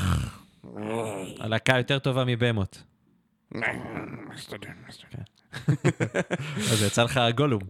הלהקה יותר טובה מבהמות. מסטודון, מסטודון. אז יצא לך גולום.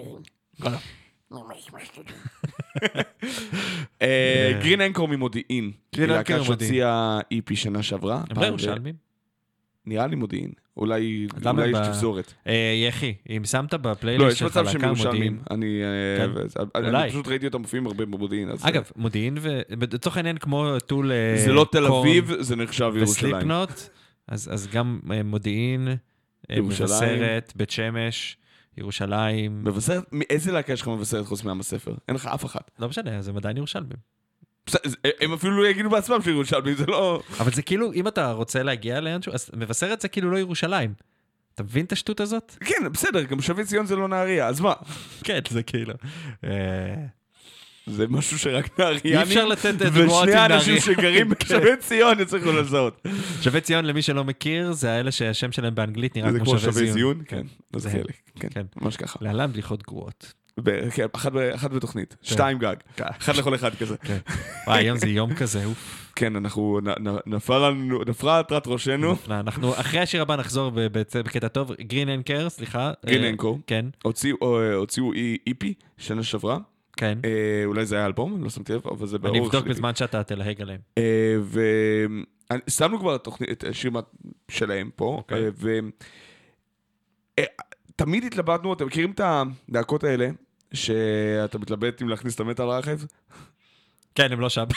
גרין אנקור ממודיעין. גרין אנקור להקה ממודיעין. שהוציאה איפי שנה שעברה. הם לא ירושלמים? נראה לי מודיעין. אולי למה יש ב- תפזורת. אה, יחי, אם שמת לא, בפלייליסט יש שלך מצב שהם להקה מודיעין... ירושלמים. אני אה, כן. ו- אולי. אני פשוט ראיתי אותם מופיעים הרבה במודיעין. אז- אגב, מודיעין, ובתוך העניין כמו טול... אה, זה לא תל קורן אביב, זה נחשב ירושלים. וסליפנוט, אז אז גם אה, מודיעין, אה, ירושלים. מבשרת, בית שמש, ירושלים, מבשרת, איזה להקה יש לך מבשרת חוץ מעם הספר? אין לך אף אחת. לא משנה, אז הם עדיין ירושלמים. בסדר, הם אפילו לא יגידו בעצמם שירושלמים, זה לא... אבל זה כאילו, אם אתה רוצה להגיע לאנשהו, אז מבשרת זה כאילו לא ירושלים. אתה מבין את השטות הזאת? כן, בסדר, גם שבי ציון זה לא נהריה, אז מה? כן, זה כאילו... אה, זה משהו שרק אי נהריינים, אפשר לתת דוגמאות עם ושני האנשים נהריה. שגרים בשבי ציון יצטרכו לזהות. שבי ציון, למי שלא מכיר, זה האלה שהשם שלהם באנגלית נראה זה כמו כמו שבי שבי ציון. ציון? כן, זה מזכיר הם. לי, כן, כן. ממש ככה. להלן בדיחות גרועות. ב- כן, אחת ב- אחת בתוכנית, שתיים גג, אחד לכל אחד כזה. וואי, היום זה יום כזה, אוף. כן, אנחנו, נ- נ- נפל לנו, נפלה תרת ראשנו, אנחנו, אחרי השיר הבא נחזור ב- בצ- בקטע טוב. גרין אנקר, סליחה. גרין אה, אנקור. כן, הוציאו אה, הוציאו איפי שנה שעברה, כן. אה, אולי זה היה אלבום, לא שמתי לב, אבל זה באורך אני אבדוק שלי. בזמן שאתה תלהג עליהם. ושמנו כבר תוכנית- את השיר מה- שלהם פה, אוקיי. ותמיד התלבטנו, אתם מכירים את הלהקות האלה, שאתה מתלבט אם להכניס את המטאל ארכייבס? כן, הם לא שם.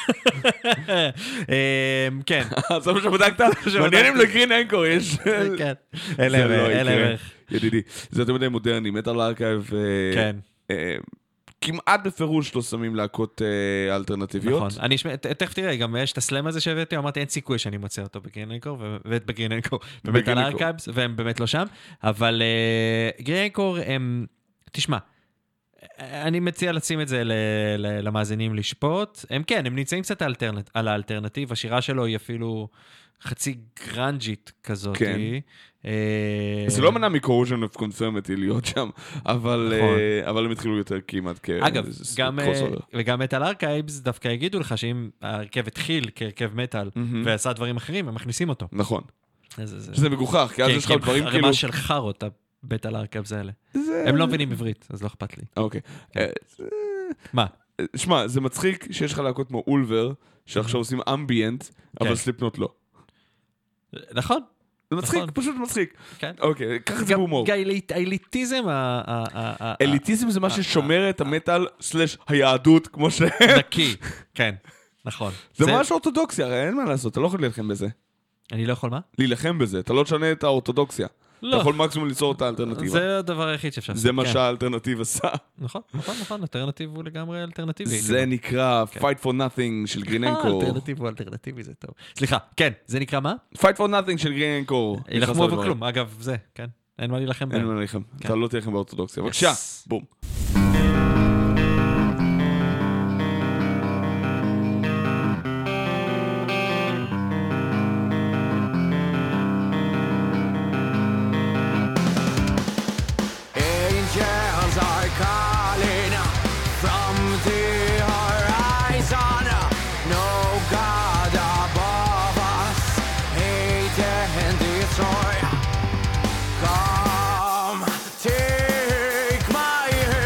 אה, כן. זה מה שבדקת? מעניין אם לגרין אנקור יש... כן. זה אלה לא אלה יקרה. ערך. ידידי, זה יותר מדי מודרני, מטאל ארכייב, כן. כמעט בפירוש לא שמים להקות אה, אלטרנטיביות. נכון. אני אשמע, ת- תכף תראה, גם יש את הסלם הזה שהבאתי, אמרתי, אין סיכוי שאני מוצא אותו בגרין אנקור, ו- ואת בגרין אנקור, באמת על בגרין אנקור. הארכייבס, והם באמת לא שם, אבל אה, גרין אנקור הם, תשמע, אני מציע לשים את זה ל- ל- למאזינים לשפוט, הם כן, הם נמצאים קצת האלטרנט- על האלטרנטיב, השירה שלו היא אפילו חצי גרנג'ית כזאת. כן. אה, זה לא מנע מקורוז'ן אוף קונפרמטי להיות שם, אבל נכון. אה, אבל הם התחילו יותר כמעט כ... אגב, זה- גם, קרוס אה, אובר. וגם מטאל ארכייבס דווקא יגידו לך שאם ההרכב התחיל כהרכב מטאל מהמם. ועשה דברים אחרים, הם מכניסים אותו. נכון. אז זה- זה- שזה מגוחך, כי אז כן, יש לך כי הם דברים כאילו... ערימה של חרות, המטאל ארכייבס האלה. זה- הם לא מבינים עברית, אז לא אכפת לי. אוקיי. אה, זה- מה? שמע, זה מצחיק שיש לך להקות כמו אולבר, שעכשיו עושים אמביאנט, אבל כן. סליפנוט לא. נכון. זה מצחיק, נכון. פשוט מצחיק. כן. אוקיי, קח את זה גם בהומור. גם האליט- האליטיזם ה- ה- ה- ה- אליטיזם זה מה ששומר את המטאל סלש היהדות, כמו ש... נקי. כן, נכון. זה ממש אורתודוקסיה, הרי אין מה לעשות, אתה לא יכול להילחם בזה. אני לא יכול מה? להילחם בזה, אתה לא תשנה את האורתודוקסיה. אתה לא. יכול מקסימום ליצור את האלטרנטיבה. זה הדבר היחיד שאפשר לעשות. זה מה כן. שהאלטרנטיב עשה. נכון, נכון, נכון, אלטרנטיב הוא לגמרי אלטרנטיבי. זה נקרא כן. Fight for Nothing של גריננקור. אלטרנטיב הוא אלטרנטיבי, זה טוב. סליחה, כן, זה נקרא מה? Fight for Nothing של גריננקור. ילחמו בכלום, אגב, זה, כן. אין מה להילחם אין בהם. מה להילחם. כן. אתה לא תילחם באורתודוקסיה. בבקשה, Yes. בום. Angels are calling from the horizon. No God above us, hate and destroy. Come, take my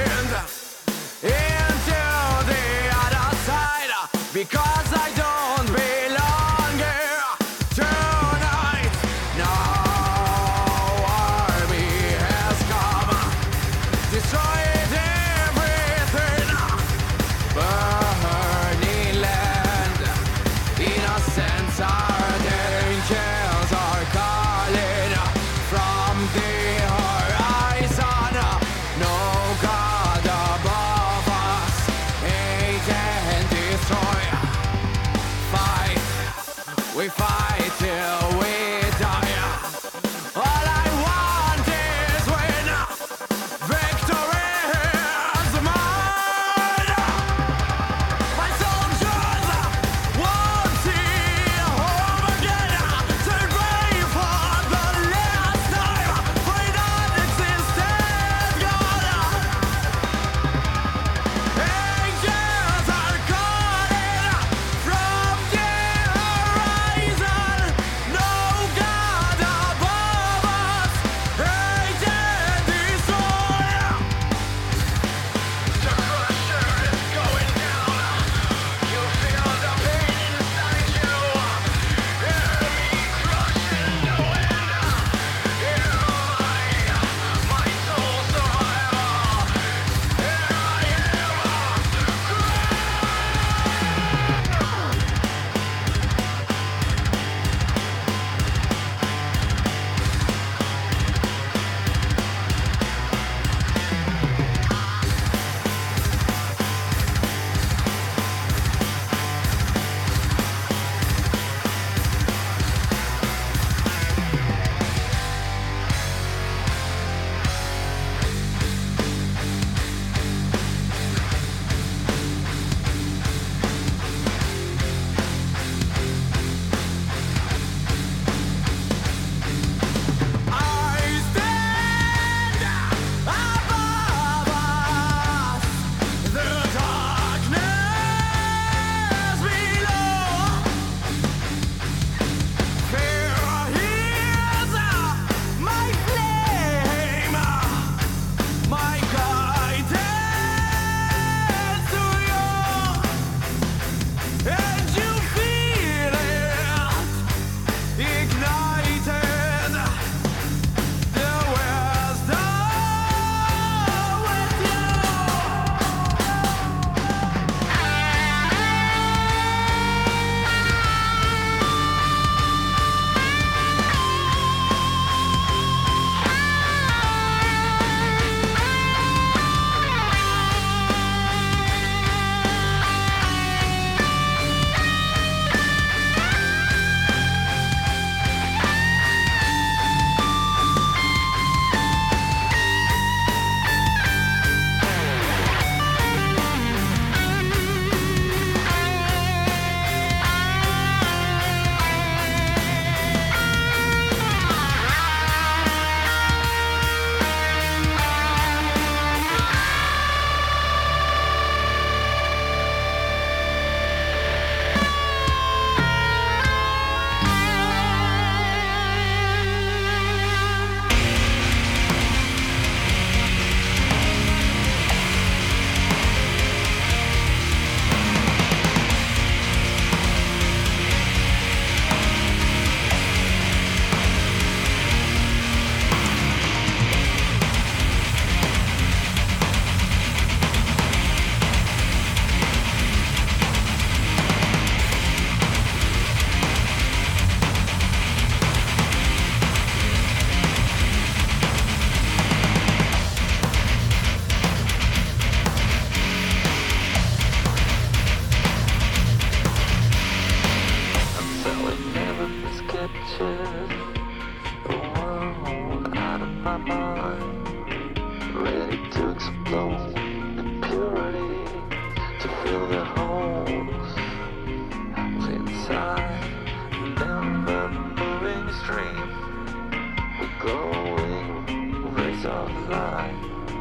ashes, a world out of my mind, ready to explode in purity, to fill the holes inside, never moving stream, the glowing rays of light,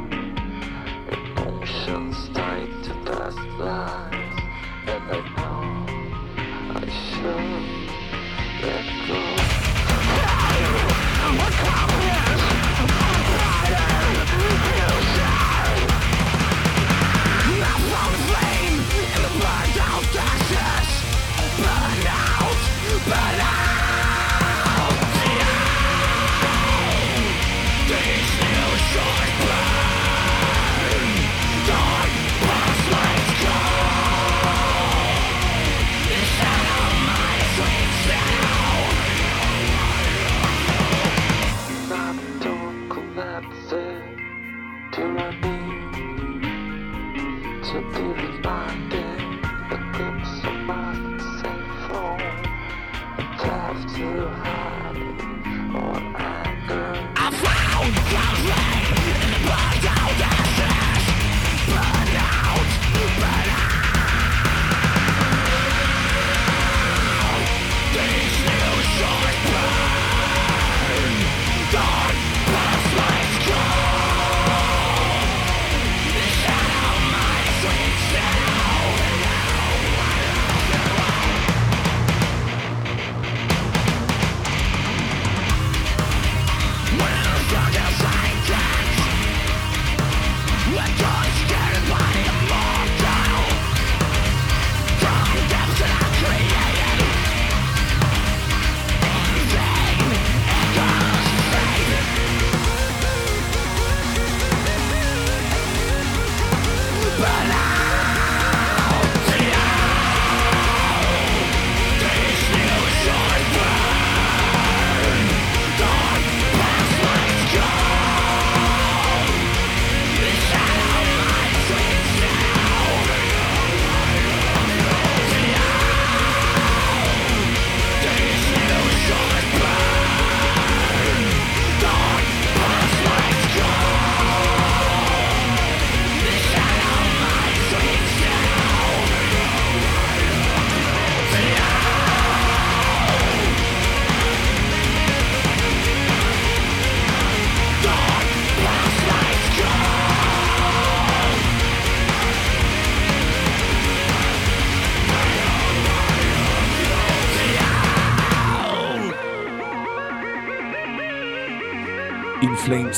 emotions tied to past lives, and I know I should let go. To be reminded, a glimpse of my safe home, a path to hide or anger. I found conflict in the burned out ashes, burned out, burned out. These new shores burn, dark past lights go. In Flames.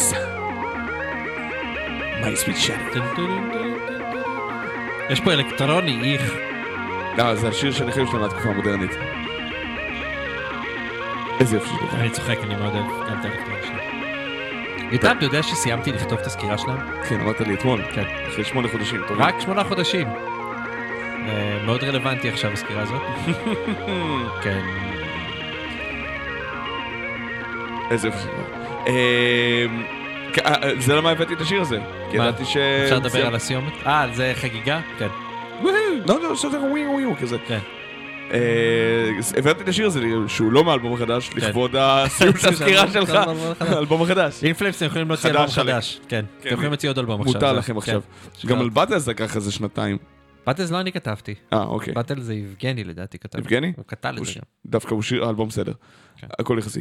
My Sweet Shadow. יש פה אלקטרוני, איך. לא, זה השיר שאני חושב שלנו מהתקופה המודרנית. איזה יופי שלך. אני צוחק, אני מאוד אוהב גם את האלקטרוני שלה. יותם, אתה יודע שסיימתי לכתוב את הסקירה שלהם? כן, אמרת לי אתמול. כן. אחרי שמונה חודשים. רק שמונה חודשים. מאוד רלוונטי עכשיו הסקירה הזאת. כן. איזה יופי שלך. זה למה הבאתי את השיר הזה. כי ידעתי ש... אפשר לדבר על הסיומת? אה, זה חגיגה? כן. לא, לא, שזה וויו וויו כזה. כן. הבאתי את השיר הזה שהוא לא מאלבום החדש, לכבוד הסיום של הסקירה שלך. האלבום החדש. אינפלאמס, אתם יכולים להוציא אלבום חדש. כן. אתם יכולים להוציא עוד אלבום עכשיו. מותר לכם עכשיו. גם על באטל זה לקח איזה שנתיים. באטל לא אני כתבתי. אה, אוקיי. באטל זה יבגני לדעתי כתב. יבגני? הוא כתב לזה גם. דווקא הוא שיר, האלבום בסדר. הכל יחסי.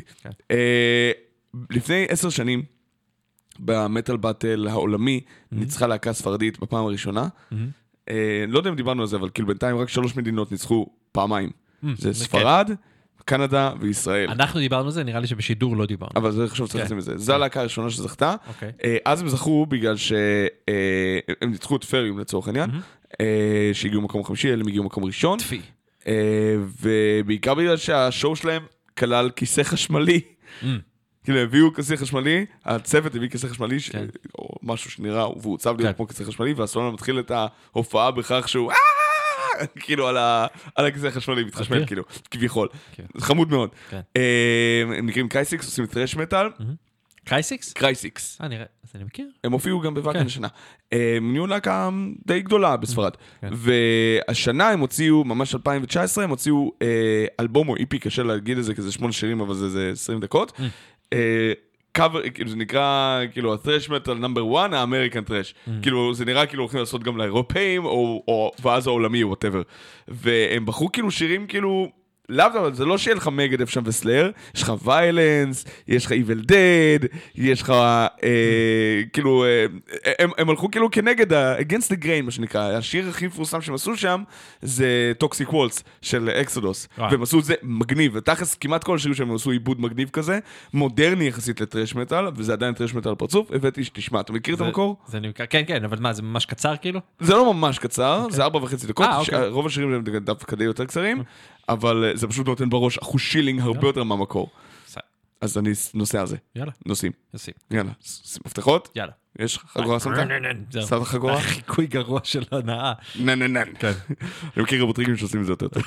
לפני עשר שנים, במטל באטל העולמי, ניצחה להקה ספרדית בפעם הראשונה. לא יודע אם דיברנו על זה, אבל כאילו בינתיים רק שלוש מדינות ניצחו פעמיים. זה ספרד, קנדה וישראל. אנחנו דיברנו על זה, נראה לי שבשידור לא דיברנו. אבל זה חשוב צריך לשים את זה. זו הלהקה הראשונה שזכתה. אז הם זכו בגלל שהם ניצחו את פריום לצורך העניין, שהגיעו מקום חמישי, אלה הגיעו מקום ראשון. תפי. ובעיקר בגלל שהשואו שלהם כלל כיסא חשמלי. כאילו הביאו כיסא חשמלי, הצוות הביא כיסא חשמלי, או משהו שנראה, והוא הוצב להיות כמו כיסא חשמלי, והסולן מתחיל את ההופעה בכך שהוא כאילו על הכיסא החשמלי, מתחשמל כאילו, כביכול. זה חמוד מאוד. הם נקראים קייסיקס, עושים טרש מטל, קרייסיקס? קרייסיקס. אה, נראה, אז אני מכיר. הם הופיעו גם בוואקן השנה. הם נהיו להקה די גדולה בספרד. והשנה הם הוציאו, ממש אלפיים תשע עשרה, הם הוציאו אלבום או איפי, קשה להגיד את זה, כי זה שמונה שירים, אבל זה עשרים דקות. קאבר, כאילו זה נקרא, כאילו, ה-Thrash Metal נאמבר אחת, האמריקן טרש. כאילו, זה נראה כאילו הולכים לעשות גם לאירופאים, או ואז העולמי, או whatever. והם בחרו כאילו שירים, כאילו, לאו דווקא, זה לא שיהיה לך מגדף שם וסלאר, יש לך ויילנס, יש לך Evil Dead, יש לך, כאילו, הם הלכו כאילו כנגד, against the grain, מה שנקרא, השיר הכי מפורסם שהם עשו שם, זה Toxic Waltz של אקסודוס, והם עשו את זה מגניב, ותכלס כמעט כל השירים שהם עשו עיבוד מגניב כזה, מודרני יחסית לטרש מטל, וזה עדיין טרש מטל פרצוף, הבאתי שתשמע, אתה מכיר את המקור? כן, כן, אבל מה, זה ממש קצר כאילו? זה לא ממש קצר, זה ארבע וחצי דקות, רוב השירים הם דווקא די יותר קצרים, אבל זה פשוט נותן בראש אחוז שילינג הרבה יותר מהמקור. אז אני נוסע על זה. יאללה. נוסעים. נוסעים. יאללה. מפתחות? יאללה. יש חגורה שמת? שמת חגורה? חיקוי גרוע של הנאה. נן נן נן. כן. אני מכיר רבוטריקים שעושים את זה יותר טוב.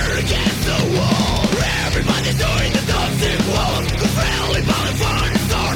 Everybody's doing the toxic walls, the friendly balance on the stars.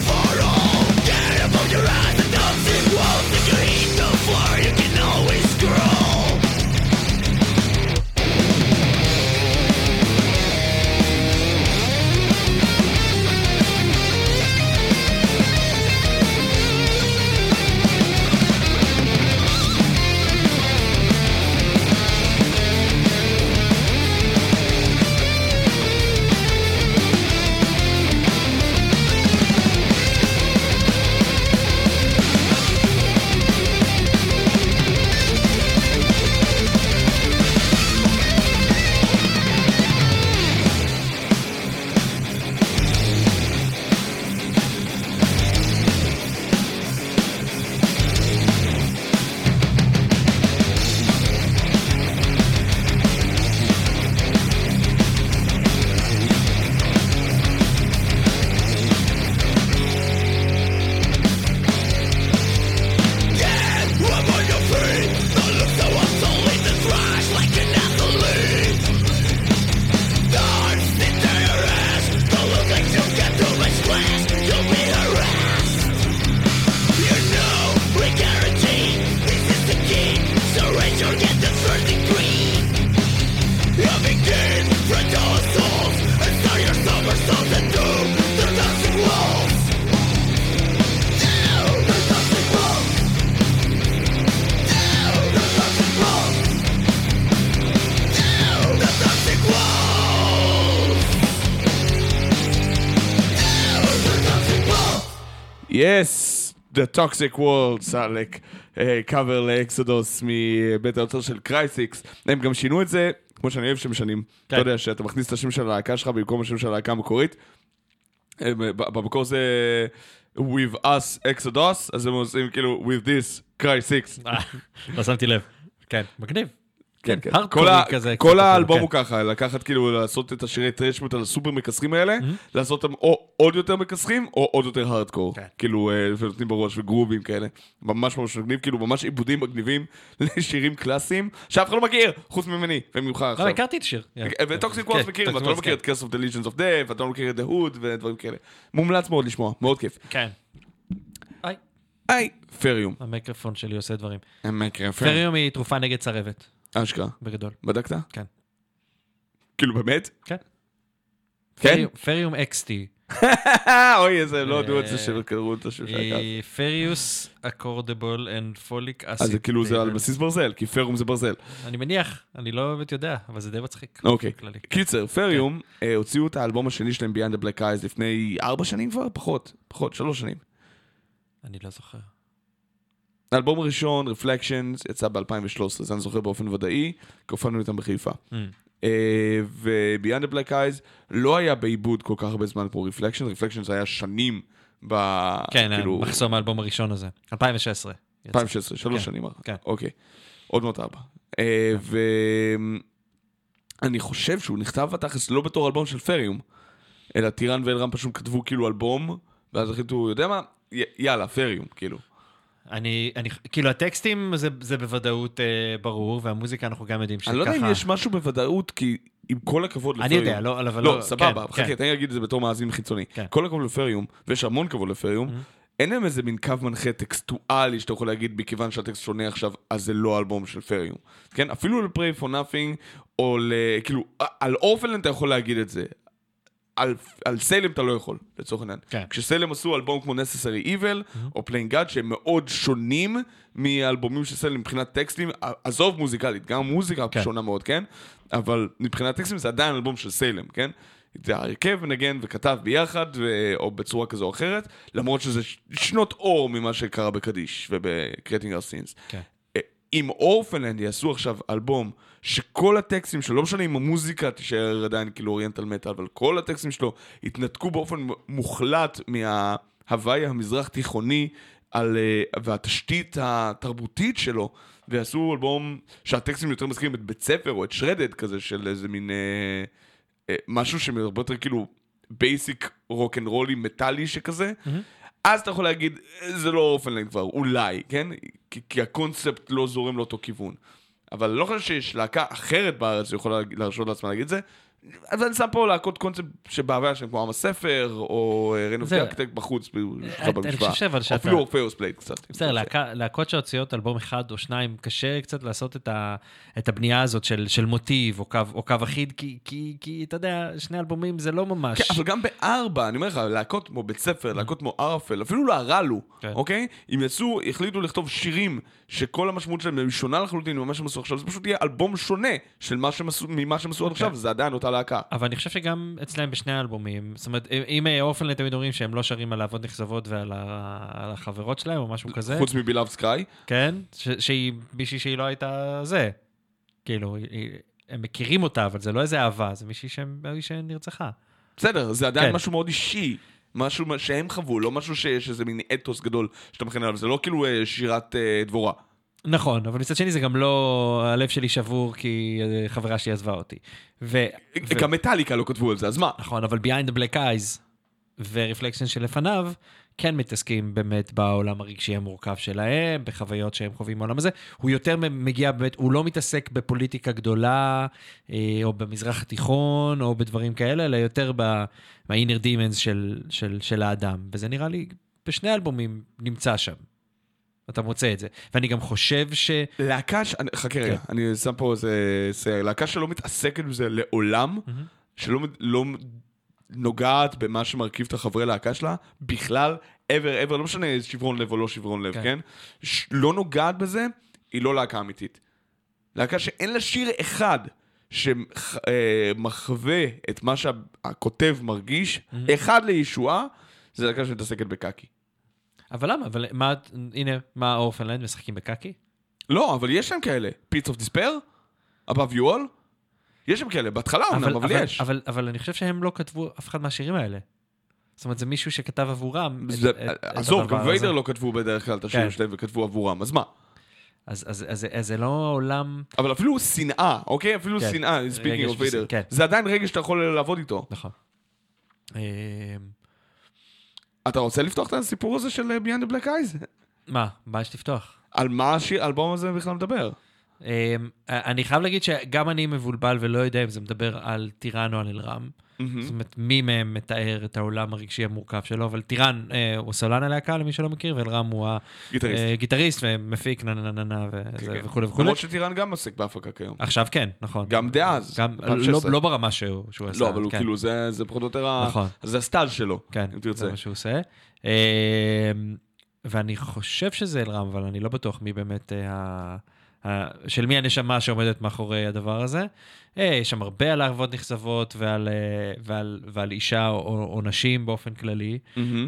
Yes, The Toxic World, סלק, קאבר לאקסודוס מבית היוצר של קרייסיקס. הם גם שינו את זה, כמו שאני אוהב שמשנים. אתה יודע שאתה מכניס את השם של הלהקה שלך במקום השם של הלהקה המקורית. במקור זה With Us Exodus, אז הם עושים כאילו With This Cry6. לא שמתי לב. כן, מגניב. כן, כן. הארדקורי כזה. כל האלבום הוא ככה, לקחת כאילו, לעשות את השירי טרשמוט על הסופר מקסרים האלה, לעשות אותם או עוד יותר מקסרים, או עוד יותר הארדקור. כאילו, ונותנים בראש וגרובים כאלה. ממש ממש מגניב, כאילו, ממש עיבודים מגניבים לשירים קלאסיים, שאף אחד לא מכיר, חוץ ממני, וממך עכשיו. לא, הכרתי את השיר. וטוקסיק וורס מכירים, אתה לא מכיר את Curse of the Legions of Death, אתה לא מכיר את The Hood ודברים כאלה. מומלץ מאוד לשמוע, מאוד כיף. כן. היי. היי, פריום. המיקרופון שלי עושה דברים. המיקרופון. פריום היא תרופה נגד צרבת. אשכרה. בגדול. בדקת? כן. כאילו באמת? כן. כן? פריום אקס-טי. אוי, איזה, לא ידעו את זה שקראו את השם שהקעת. פריוס אקורדבול אנד פוליק אסיד. אז זה כאילו זה על בסיס ברזל, כי פריום זה ברזל. אני מניח, אני לא באמת יודע, אבל זה די מצחיק. אוקיי. קיצר, פריום הוציאו את האלבום השני שלהם Beyond the Black Eyes לפני ארבע שנים כבר? פחות, פחות, שלוש שנים. אני לא זוכר. האלבום הראשון, Reflections, יצא ב-אלפיים ושלוש עשרה, זה אני זוכר באופן ודאי, כי הופענו איתם בחיפה. ו-Beyond the Black Eyes לא היה בעיבוד כל כך הרבה זמן כמו Reflections, Reflections היה שנים ב... כן, המחסום האלבום הראשון הזה, אלפיים ושש עשרה. אלפיים ושש עשרה, שלוש שנים. כן. אוקיי, עוד מעט ארבע. ואני חושב שהוא נכתב בתכלס לא בתור אלבום של פריום, אלא טירן ואלרם פשוט כתבו כאילו אלבום, ואז החליטו, יודע מה? יאללה, פריום, כאילו. אני, אני, כאילו הטקסטים זה, זה בוודאות אה, ברור, והמוזיקה אנחנו גם יודעים שככה... אני לא יודע אם יש משהו בוודאות, כי עם כל הכבוד לפריום... אני יודע, לא, אבל לא... לא, סבבה, כן, חכה, כן. תן לי להגיד את זה בתור מאזין חיצוני. כן. כל הכבוד לפריום, ויש המון כבוד לפריום, Mm-hmm. אין להם איזה מין קו מנחה טקסטואלי, שאתה יכול להגיד, מכיוון שהטקסט שונה עכשיו, אז זה לא אלבום של פריום. כן? אפילו ל-Pray for Nothing, או ל... כאילו, על אורפלנד אתה יכול להגיד את זה. על, על סלם אתה לא יכול, לצורך העניין. כן. כשסלם עשו אלבום כמו Necessary Evil, mm-hmm. או Playing God, שהם מאוד שונים מאלבומים של סלם מבחינת טקסטים, עזוב מוזיקלית, גם מוזיקה כן. שונה מאוד, כן? אבל מבחינת טקסטים זה עדיין אלבום של סלם, כן? זה הרכב ונגן וכתב ביחד, ו... או בצורה כזו או אחרת, למרות שזה שנות אור ממה שקרה בקדיש וב-Creating Our Sins. כן. אם אורפלנד יעשו עכשיו אלבום שכל הטקסטים שלו, לא משנה אם המוזיקה תישאר עדיין כאילו אוריינטל מטל, אבל כל הטקסטים שלו יתנתקו באופן מוחלט מההוואי המזרח תיכוני על, והתשתית התרבותית שלו, ויעשו אלבום שהטקסטים יותר מזכירים את בית ספר או את שרדד כזה של איזה מין אה, אה, משהו שמרבה יותר כאילו בייסיק רוק אנד רולי מטלי שכזה, mm-hmm. אז אתה יכול להגיד, זה לא אורפלנד כבר, אולי, כן? כי, כי הקונספט לא זורם לאותו כיוון. אבל אני לא חושב שיש להקה אחרת בארץ שיכולה להרשות לעצמה להגיד את זה, אז אני שם פה להקות קונספט שבעבר שהם כמו עם הספר, או רנוב דארקטק בחוץ, במשוואה. אפילו אורפאוס פלייד קצת. בסדר, להקות שהוציאות אלבום אחד או שניים, קשה קצת לעשות את הבנייה הזאת של מוטיב, או קו אחיד, כי אתה יודע, שני אלבומים זה לא ממש... אבל גם בארבע, אני אומר לך, להקות כמו בית ספר, להקות כמו ערפל, אפילו להרלו, אוקיי? אם יצאו, החליטו לכתוב שירים שכל המשמעות שלהם היא שונה לחלוטין ממה שהם עשו עכשיו, זה פשוט יהיה אלבום שונה ממה שהם עשו עכשיו, זה עדיין אותה להקה. אבל אני חושב שגם אצלהם בשני האלבומים, זאת אומרת, אם אורפלנד תמיד אומרים שהם לא שרים על אהבות נכזבות ועל החברות שלהם או משהו כזה. חוץ מבילאב סקאי. כן, שהיא מישהי שהיא לא הייתה זה. כאילו, הם מכירים אותה, אבל זה לא איזה אהבה, זה מישהי שנרצחה. בסדר, זה עדיין משהו מאוד אישי. משהו שהם חוו, לא משהו שיש איזה מין אתוס גדול שאתה מכנה עליו, זה לא כאילו שירת דבורה. נכון, אבל מצד שני זה גם לא, הלב שלי שבור כי חברה שלי עזבה אותי. גם מטליקה לא כתבו על זה, אז מה? נכון, אבל Behind the Black Eyes ו-Reflection שלפניו, כן מתעסקים באמת בעולם הרגשי המורכב שלהם, בחוויות שהם חווים בעולם הזה. הוא יותר מגיע באמת, הוא לא מתעסק בפוליטיקה גדולה, או במזרח התיכון, או בדברים כאלה, אלא יותר ב-inner demons של, של, של האדם. וזה נראה לי, בשני אלבומים נמצא שם. אתה מוצא את זה. ואני גם חושב ש... להקה ש... חכה רגע, אני שם פה איזה... להקה שלא מתעסקת בזה לעולם, שלא לא נוגעת במה שמרכיב את החברי להקה שלה, בכלל, ever, ever, לא משנה שברון לב או לא שברון לב, כן? לא נוגעת בזה, היא לא להקה אמיתית. להקה שאין לה שיר אחד שמחווה את מה שהכותב מרגיש, אחד לישועה, זה להקה שמתעסקת בקקי. אבל למה? אבל מה, הנה, מה אורפנלנד משחקים בקאקי? לא, אבל יש שם כאלה. Pits of Despair? Above You All? יש שם כאלה. בהתחלה אומנם, אבל יש. אבל, אבל אני חושב שהם לא כתבו אף אחד מהשירים האלה. זאת אומרת, זה מישהו שכתב עבורם. עזוב, גם ויידר לא כתבו בדרך כלל את השירים שלהם וכתבו עבורם, אז מה? אז, אז, אז, אז זה לא עולם... אבל אפילו שנאה, אוקיי? אפילו כן. שנאה, speaking of ויידר. כן. זה עדיין רגע שאתה יכול לעבוד איתו. נכון. אתה רוצה לפתוח את הסיפור הזה של Beyond the Black Eyes? מה? מה יש לפתוח? על מה האלבום הזה בכלל מדבר? אני חייב להגיד שגם אני מבולבל ולא יודע אם זה מדבר על טירן או על אלרם. זאת אומרת, מי מהם מתאר את העולם הרגשי המורכב שלו, אבל טירן הוא סולן הלהקה, למי שלא מכיר, ואלרם הוא הגיטריסט ומפיק נננננה וכו' וכו'. למרות שטירן גם עוסק בהפקה כיום. עכשיו כן, נכון. גם דאז. לא ברמה שהוא עשה. לא, אבל הוא כאילו, זה פחות או יותר, זה הסטאז' שלו, אם תרצה. זה מה שהוא עושה. ואני חושב שזה אלרם, אבל אני לא בטוח מי באמת של מי הנשמה שעומדת מאחורי הדבר הזה. יש שם הרבה על ערבות נכזבות ועל, ועל, ועל אישה או, או נשים באופן כללי.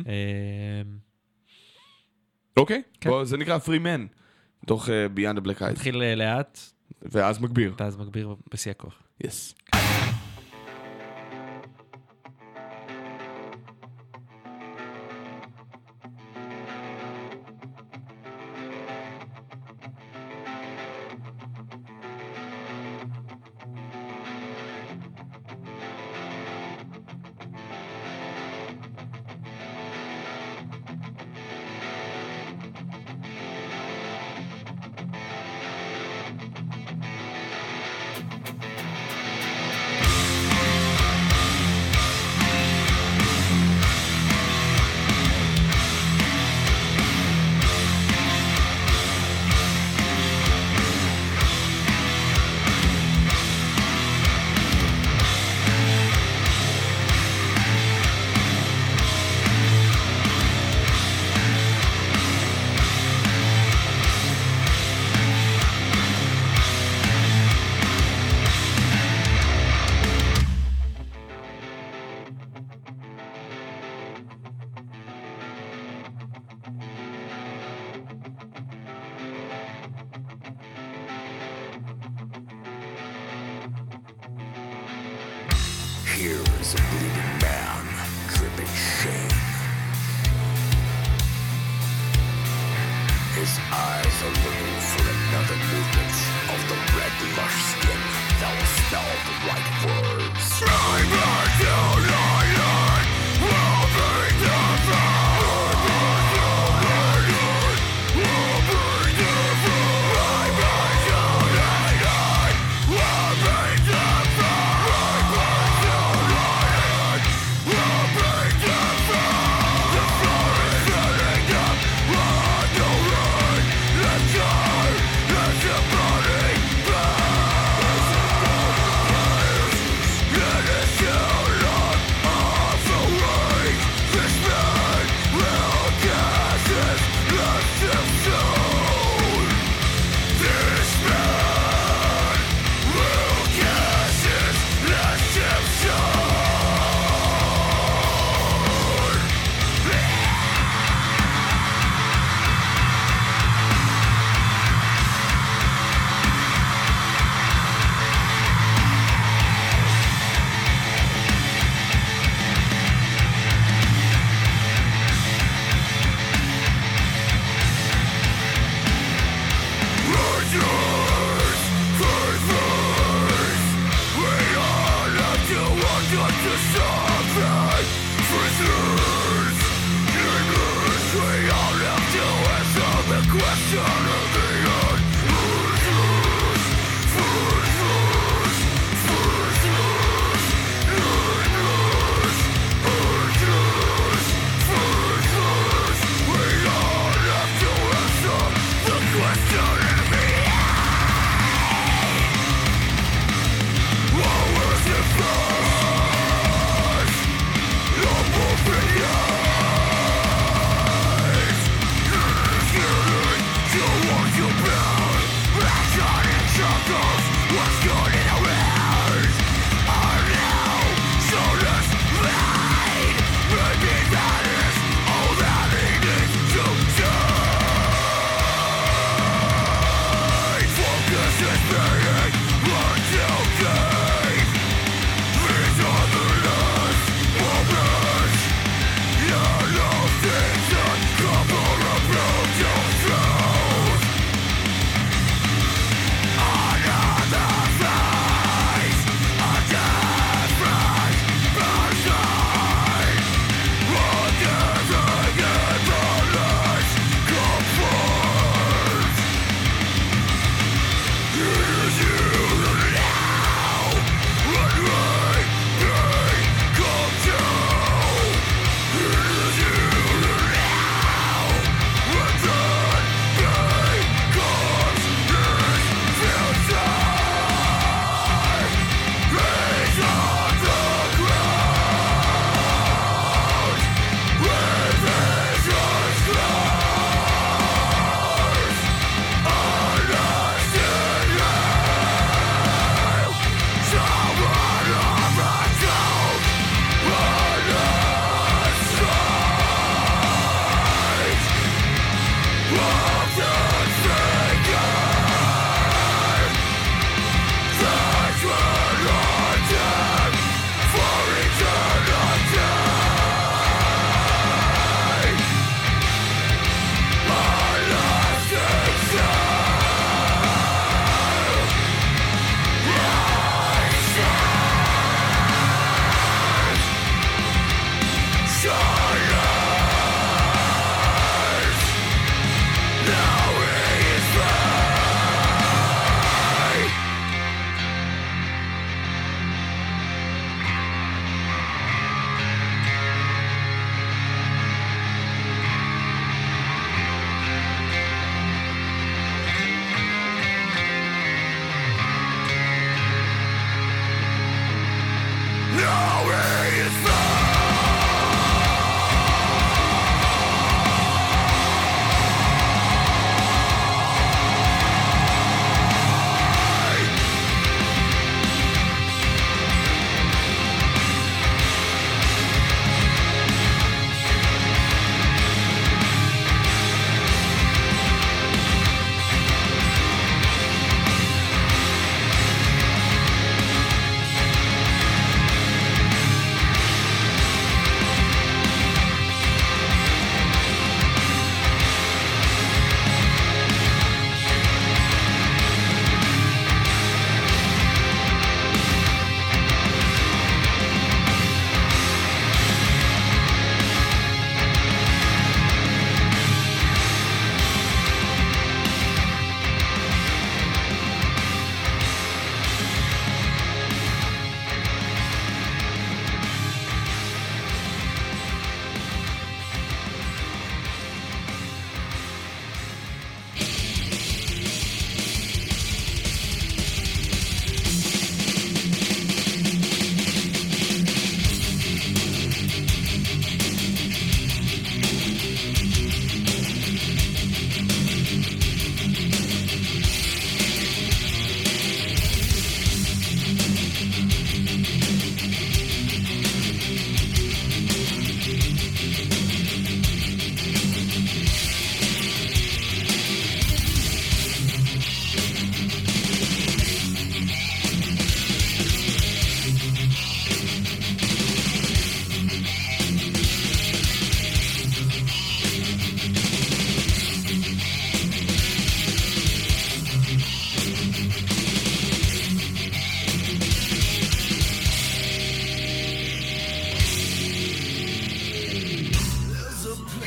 אוקיי, זה נקרא Free Man, תוך Beyond the Black Eyes. מתחיל לאט. ואז מגביר. ואז מגביר בשיא הכוח. יס. Here is a bleeding man, dripping shame. His eyes are looking for another movement of the red lush skin that will spell the right words. Dreamer to lion will be devoured. Will be devoured. Dreamer to lion will be devoured. Will be devoured. The floor is filling up on the road. Let's go, let your body burn.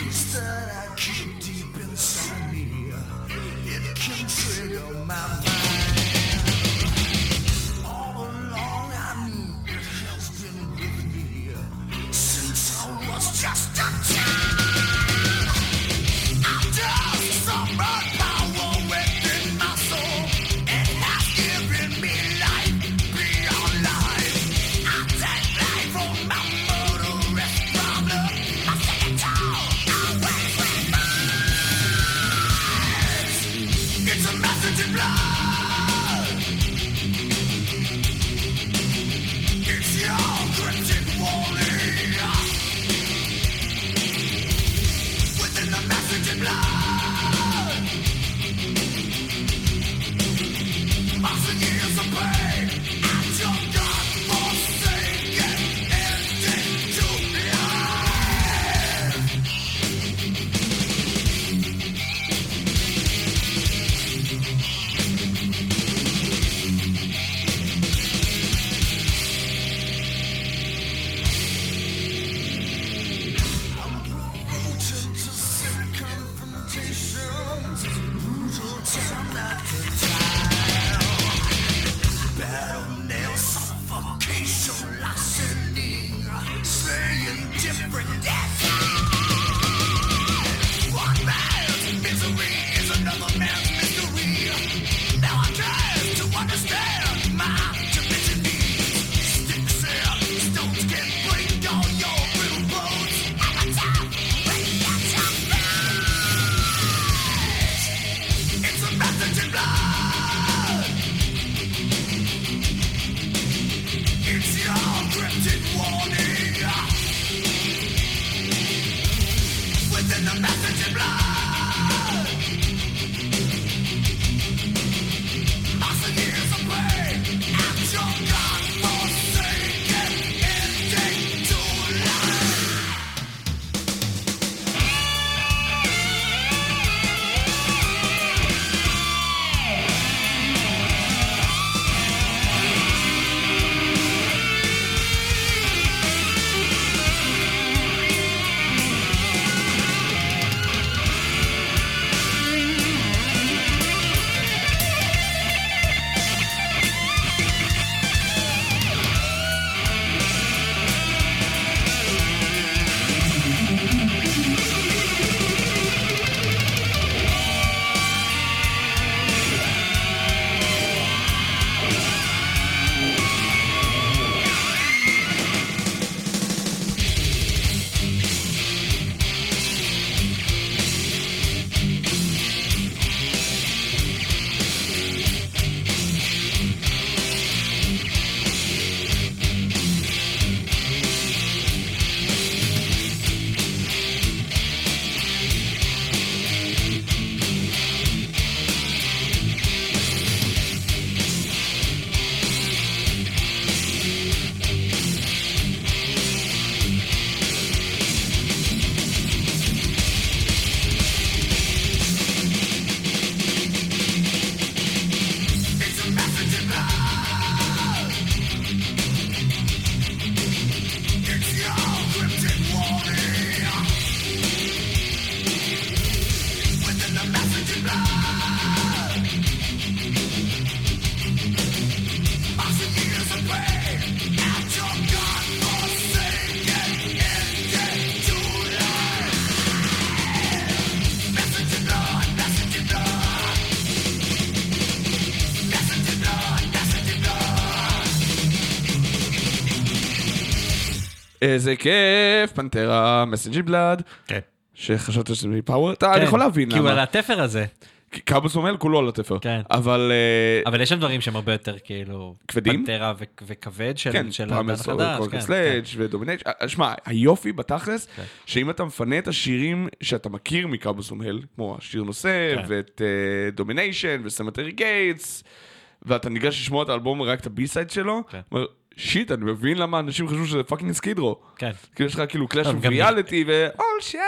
איזה כיף, פנטרה, מסנג'ר בלאד. כן. שחשבת שזה מפאוור, אתה יכול להבין למה. כי הוא על התפר הזה. קאבוס אומר, כולו על התפר. כן. אבל... אבל יש שם דברים שהם הרבה יותר כאילו... כבדים? פנטרה וכבד של... כן, פרמס, קורקסלאג' ודומינייש. שמע, היופי בתכלס, שאם אתה מפנה את השירים שאתה מכיר מקאבוס ומהל, כמו השיר נושא, ואת דומיניישן, וסמטרי גייטס, ואתה ניגש לשמוע את האלבום רק את הבי-סייד שלו, אומר, שיט, אני מבין למה אנשים חשבו שזה פאקינג סקידרו. כן. כי יש לך כאילו קלאש of ריאליטי ו-all shut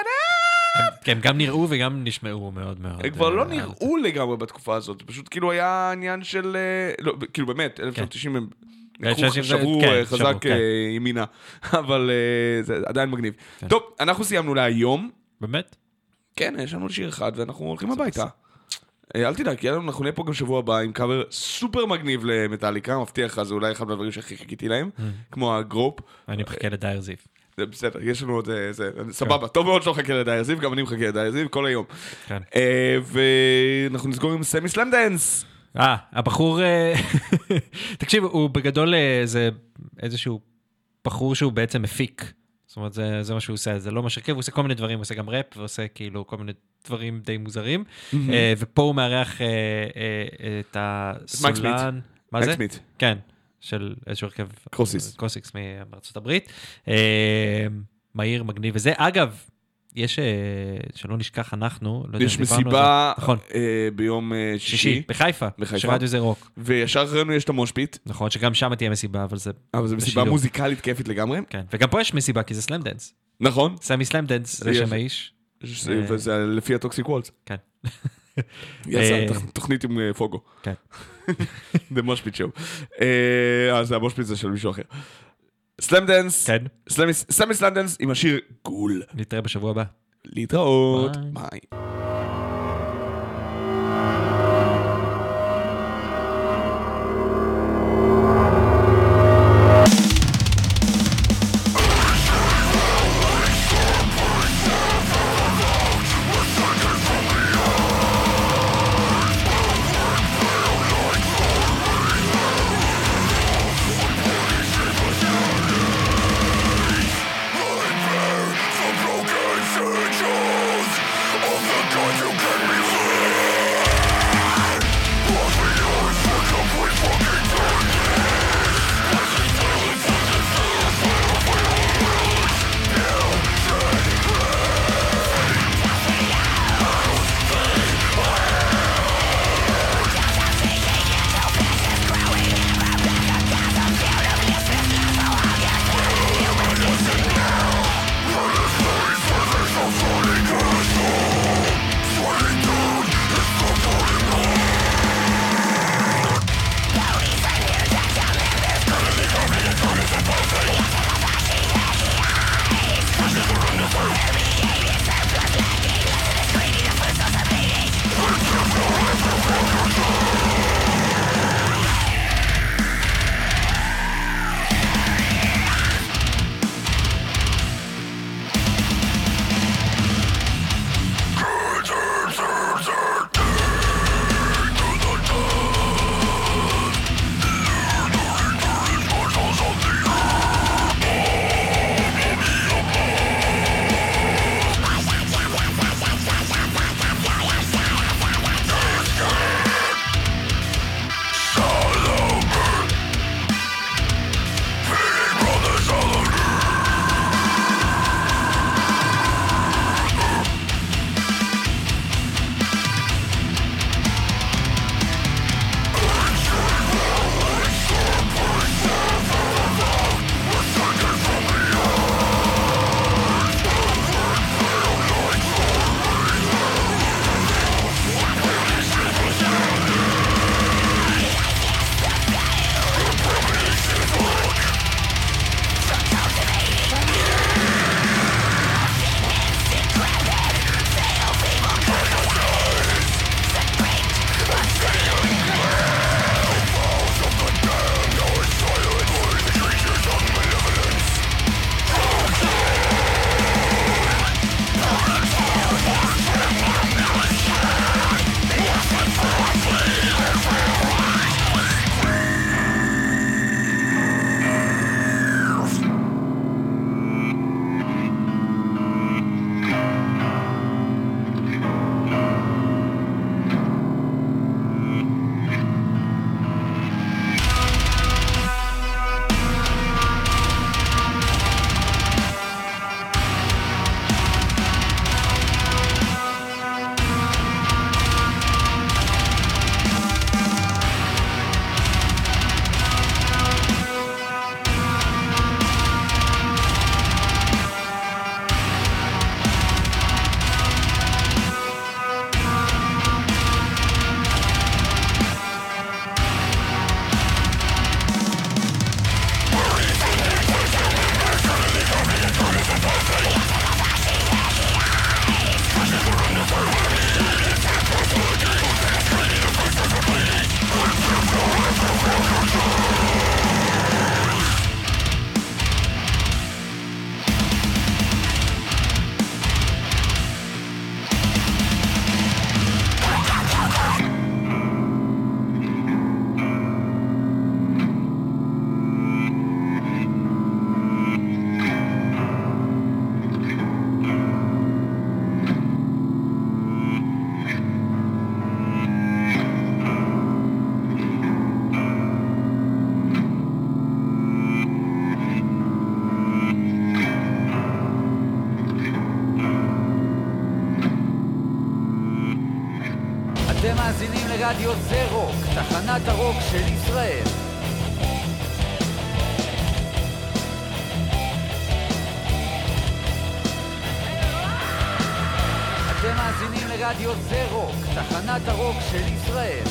up! הם גם נראו וגם נשמעו מאוד מאוד. הם כבר לא נראו לגמרי בתקופה הזאת, פשוט כאילו היה עניין של... כאילו באמת, אלף תשע מאות תשעים הם שברו חזק ימינה, אבל זה עדיין מגניב. טוב, אנחנו סיימנו להיום, באמת? כן, יש לנו שיר אחד ואנחנו הולכים הביתה. אל תדאג, כי אנחנו נהיה פה גם שבוע הבא עם קאבר סופר מגניב למטאליקה, מבטיח לך, זה אולי אחד מהדברים שהכי חיכיתי להם, כמו הגרופ. אני מחכה לדייר זיו. זה בסדר, יש לנו עוד זה, סבבה, טוב מאוד שלא מחכה לדייר זיו, גם אני מחכה לדייר זיו כל היום. ואנחנו נסגור עם סמי סלאם דאנס. אה, הבחור, תקשיב, הוא בגדול זה איזשהו בחור שהוא בעצם מפיק. זאת אומרת, זה, זה מה שהוא עושה, זה לא משקב, הוא עושה כל מיני דברים, הוא עושה גם ראפ, ועושה כאילו כל מיני דברים די מוזרים, mm-hmm. uh, ופה הוא מארח uh, uh, את הסולן, מה זה? סמית. כן, של איזשהו הרכב, קרוסיקס. קרוסיקס מארצות הברית, uh, מהיר, מגניב, וזה, אגב, יש, uh, שלא נשכח אנחנו, לא יודע, יש מסיבה נכון. uh, ביום uh, שישי, שישי, בחיפה, בחיפה, שרדיו זה רוק. וישר אחרינו יש את המושפיט. נכון, שגם שם תהיה מסיבה, אבל זה... אבל זה מסיבה מוזיקלית כיפית לגמרי. כן, וגם פה יש מסיבה, כי זה סלאם דנס. נכון. סמי סלאם דנס, זה שם האיש. וזה לפי הטוקסיק וולס. כן. יצא, תוכנית עם פוגו. כן. The מושפיט שואו. אז המושפיט זה של מישהו אחר. סלאם דנס. כן. סמי סלאם דנס עם השיר גול. נתראה בשבוע הבא. להתראות. ביי. Of the מאזינים לרדיו זה רוק, תחנת הרוק של ישראל. אתם מאזינים לרדיו זה רוק, תחנת הרוק של ישראל.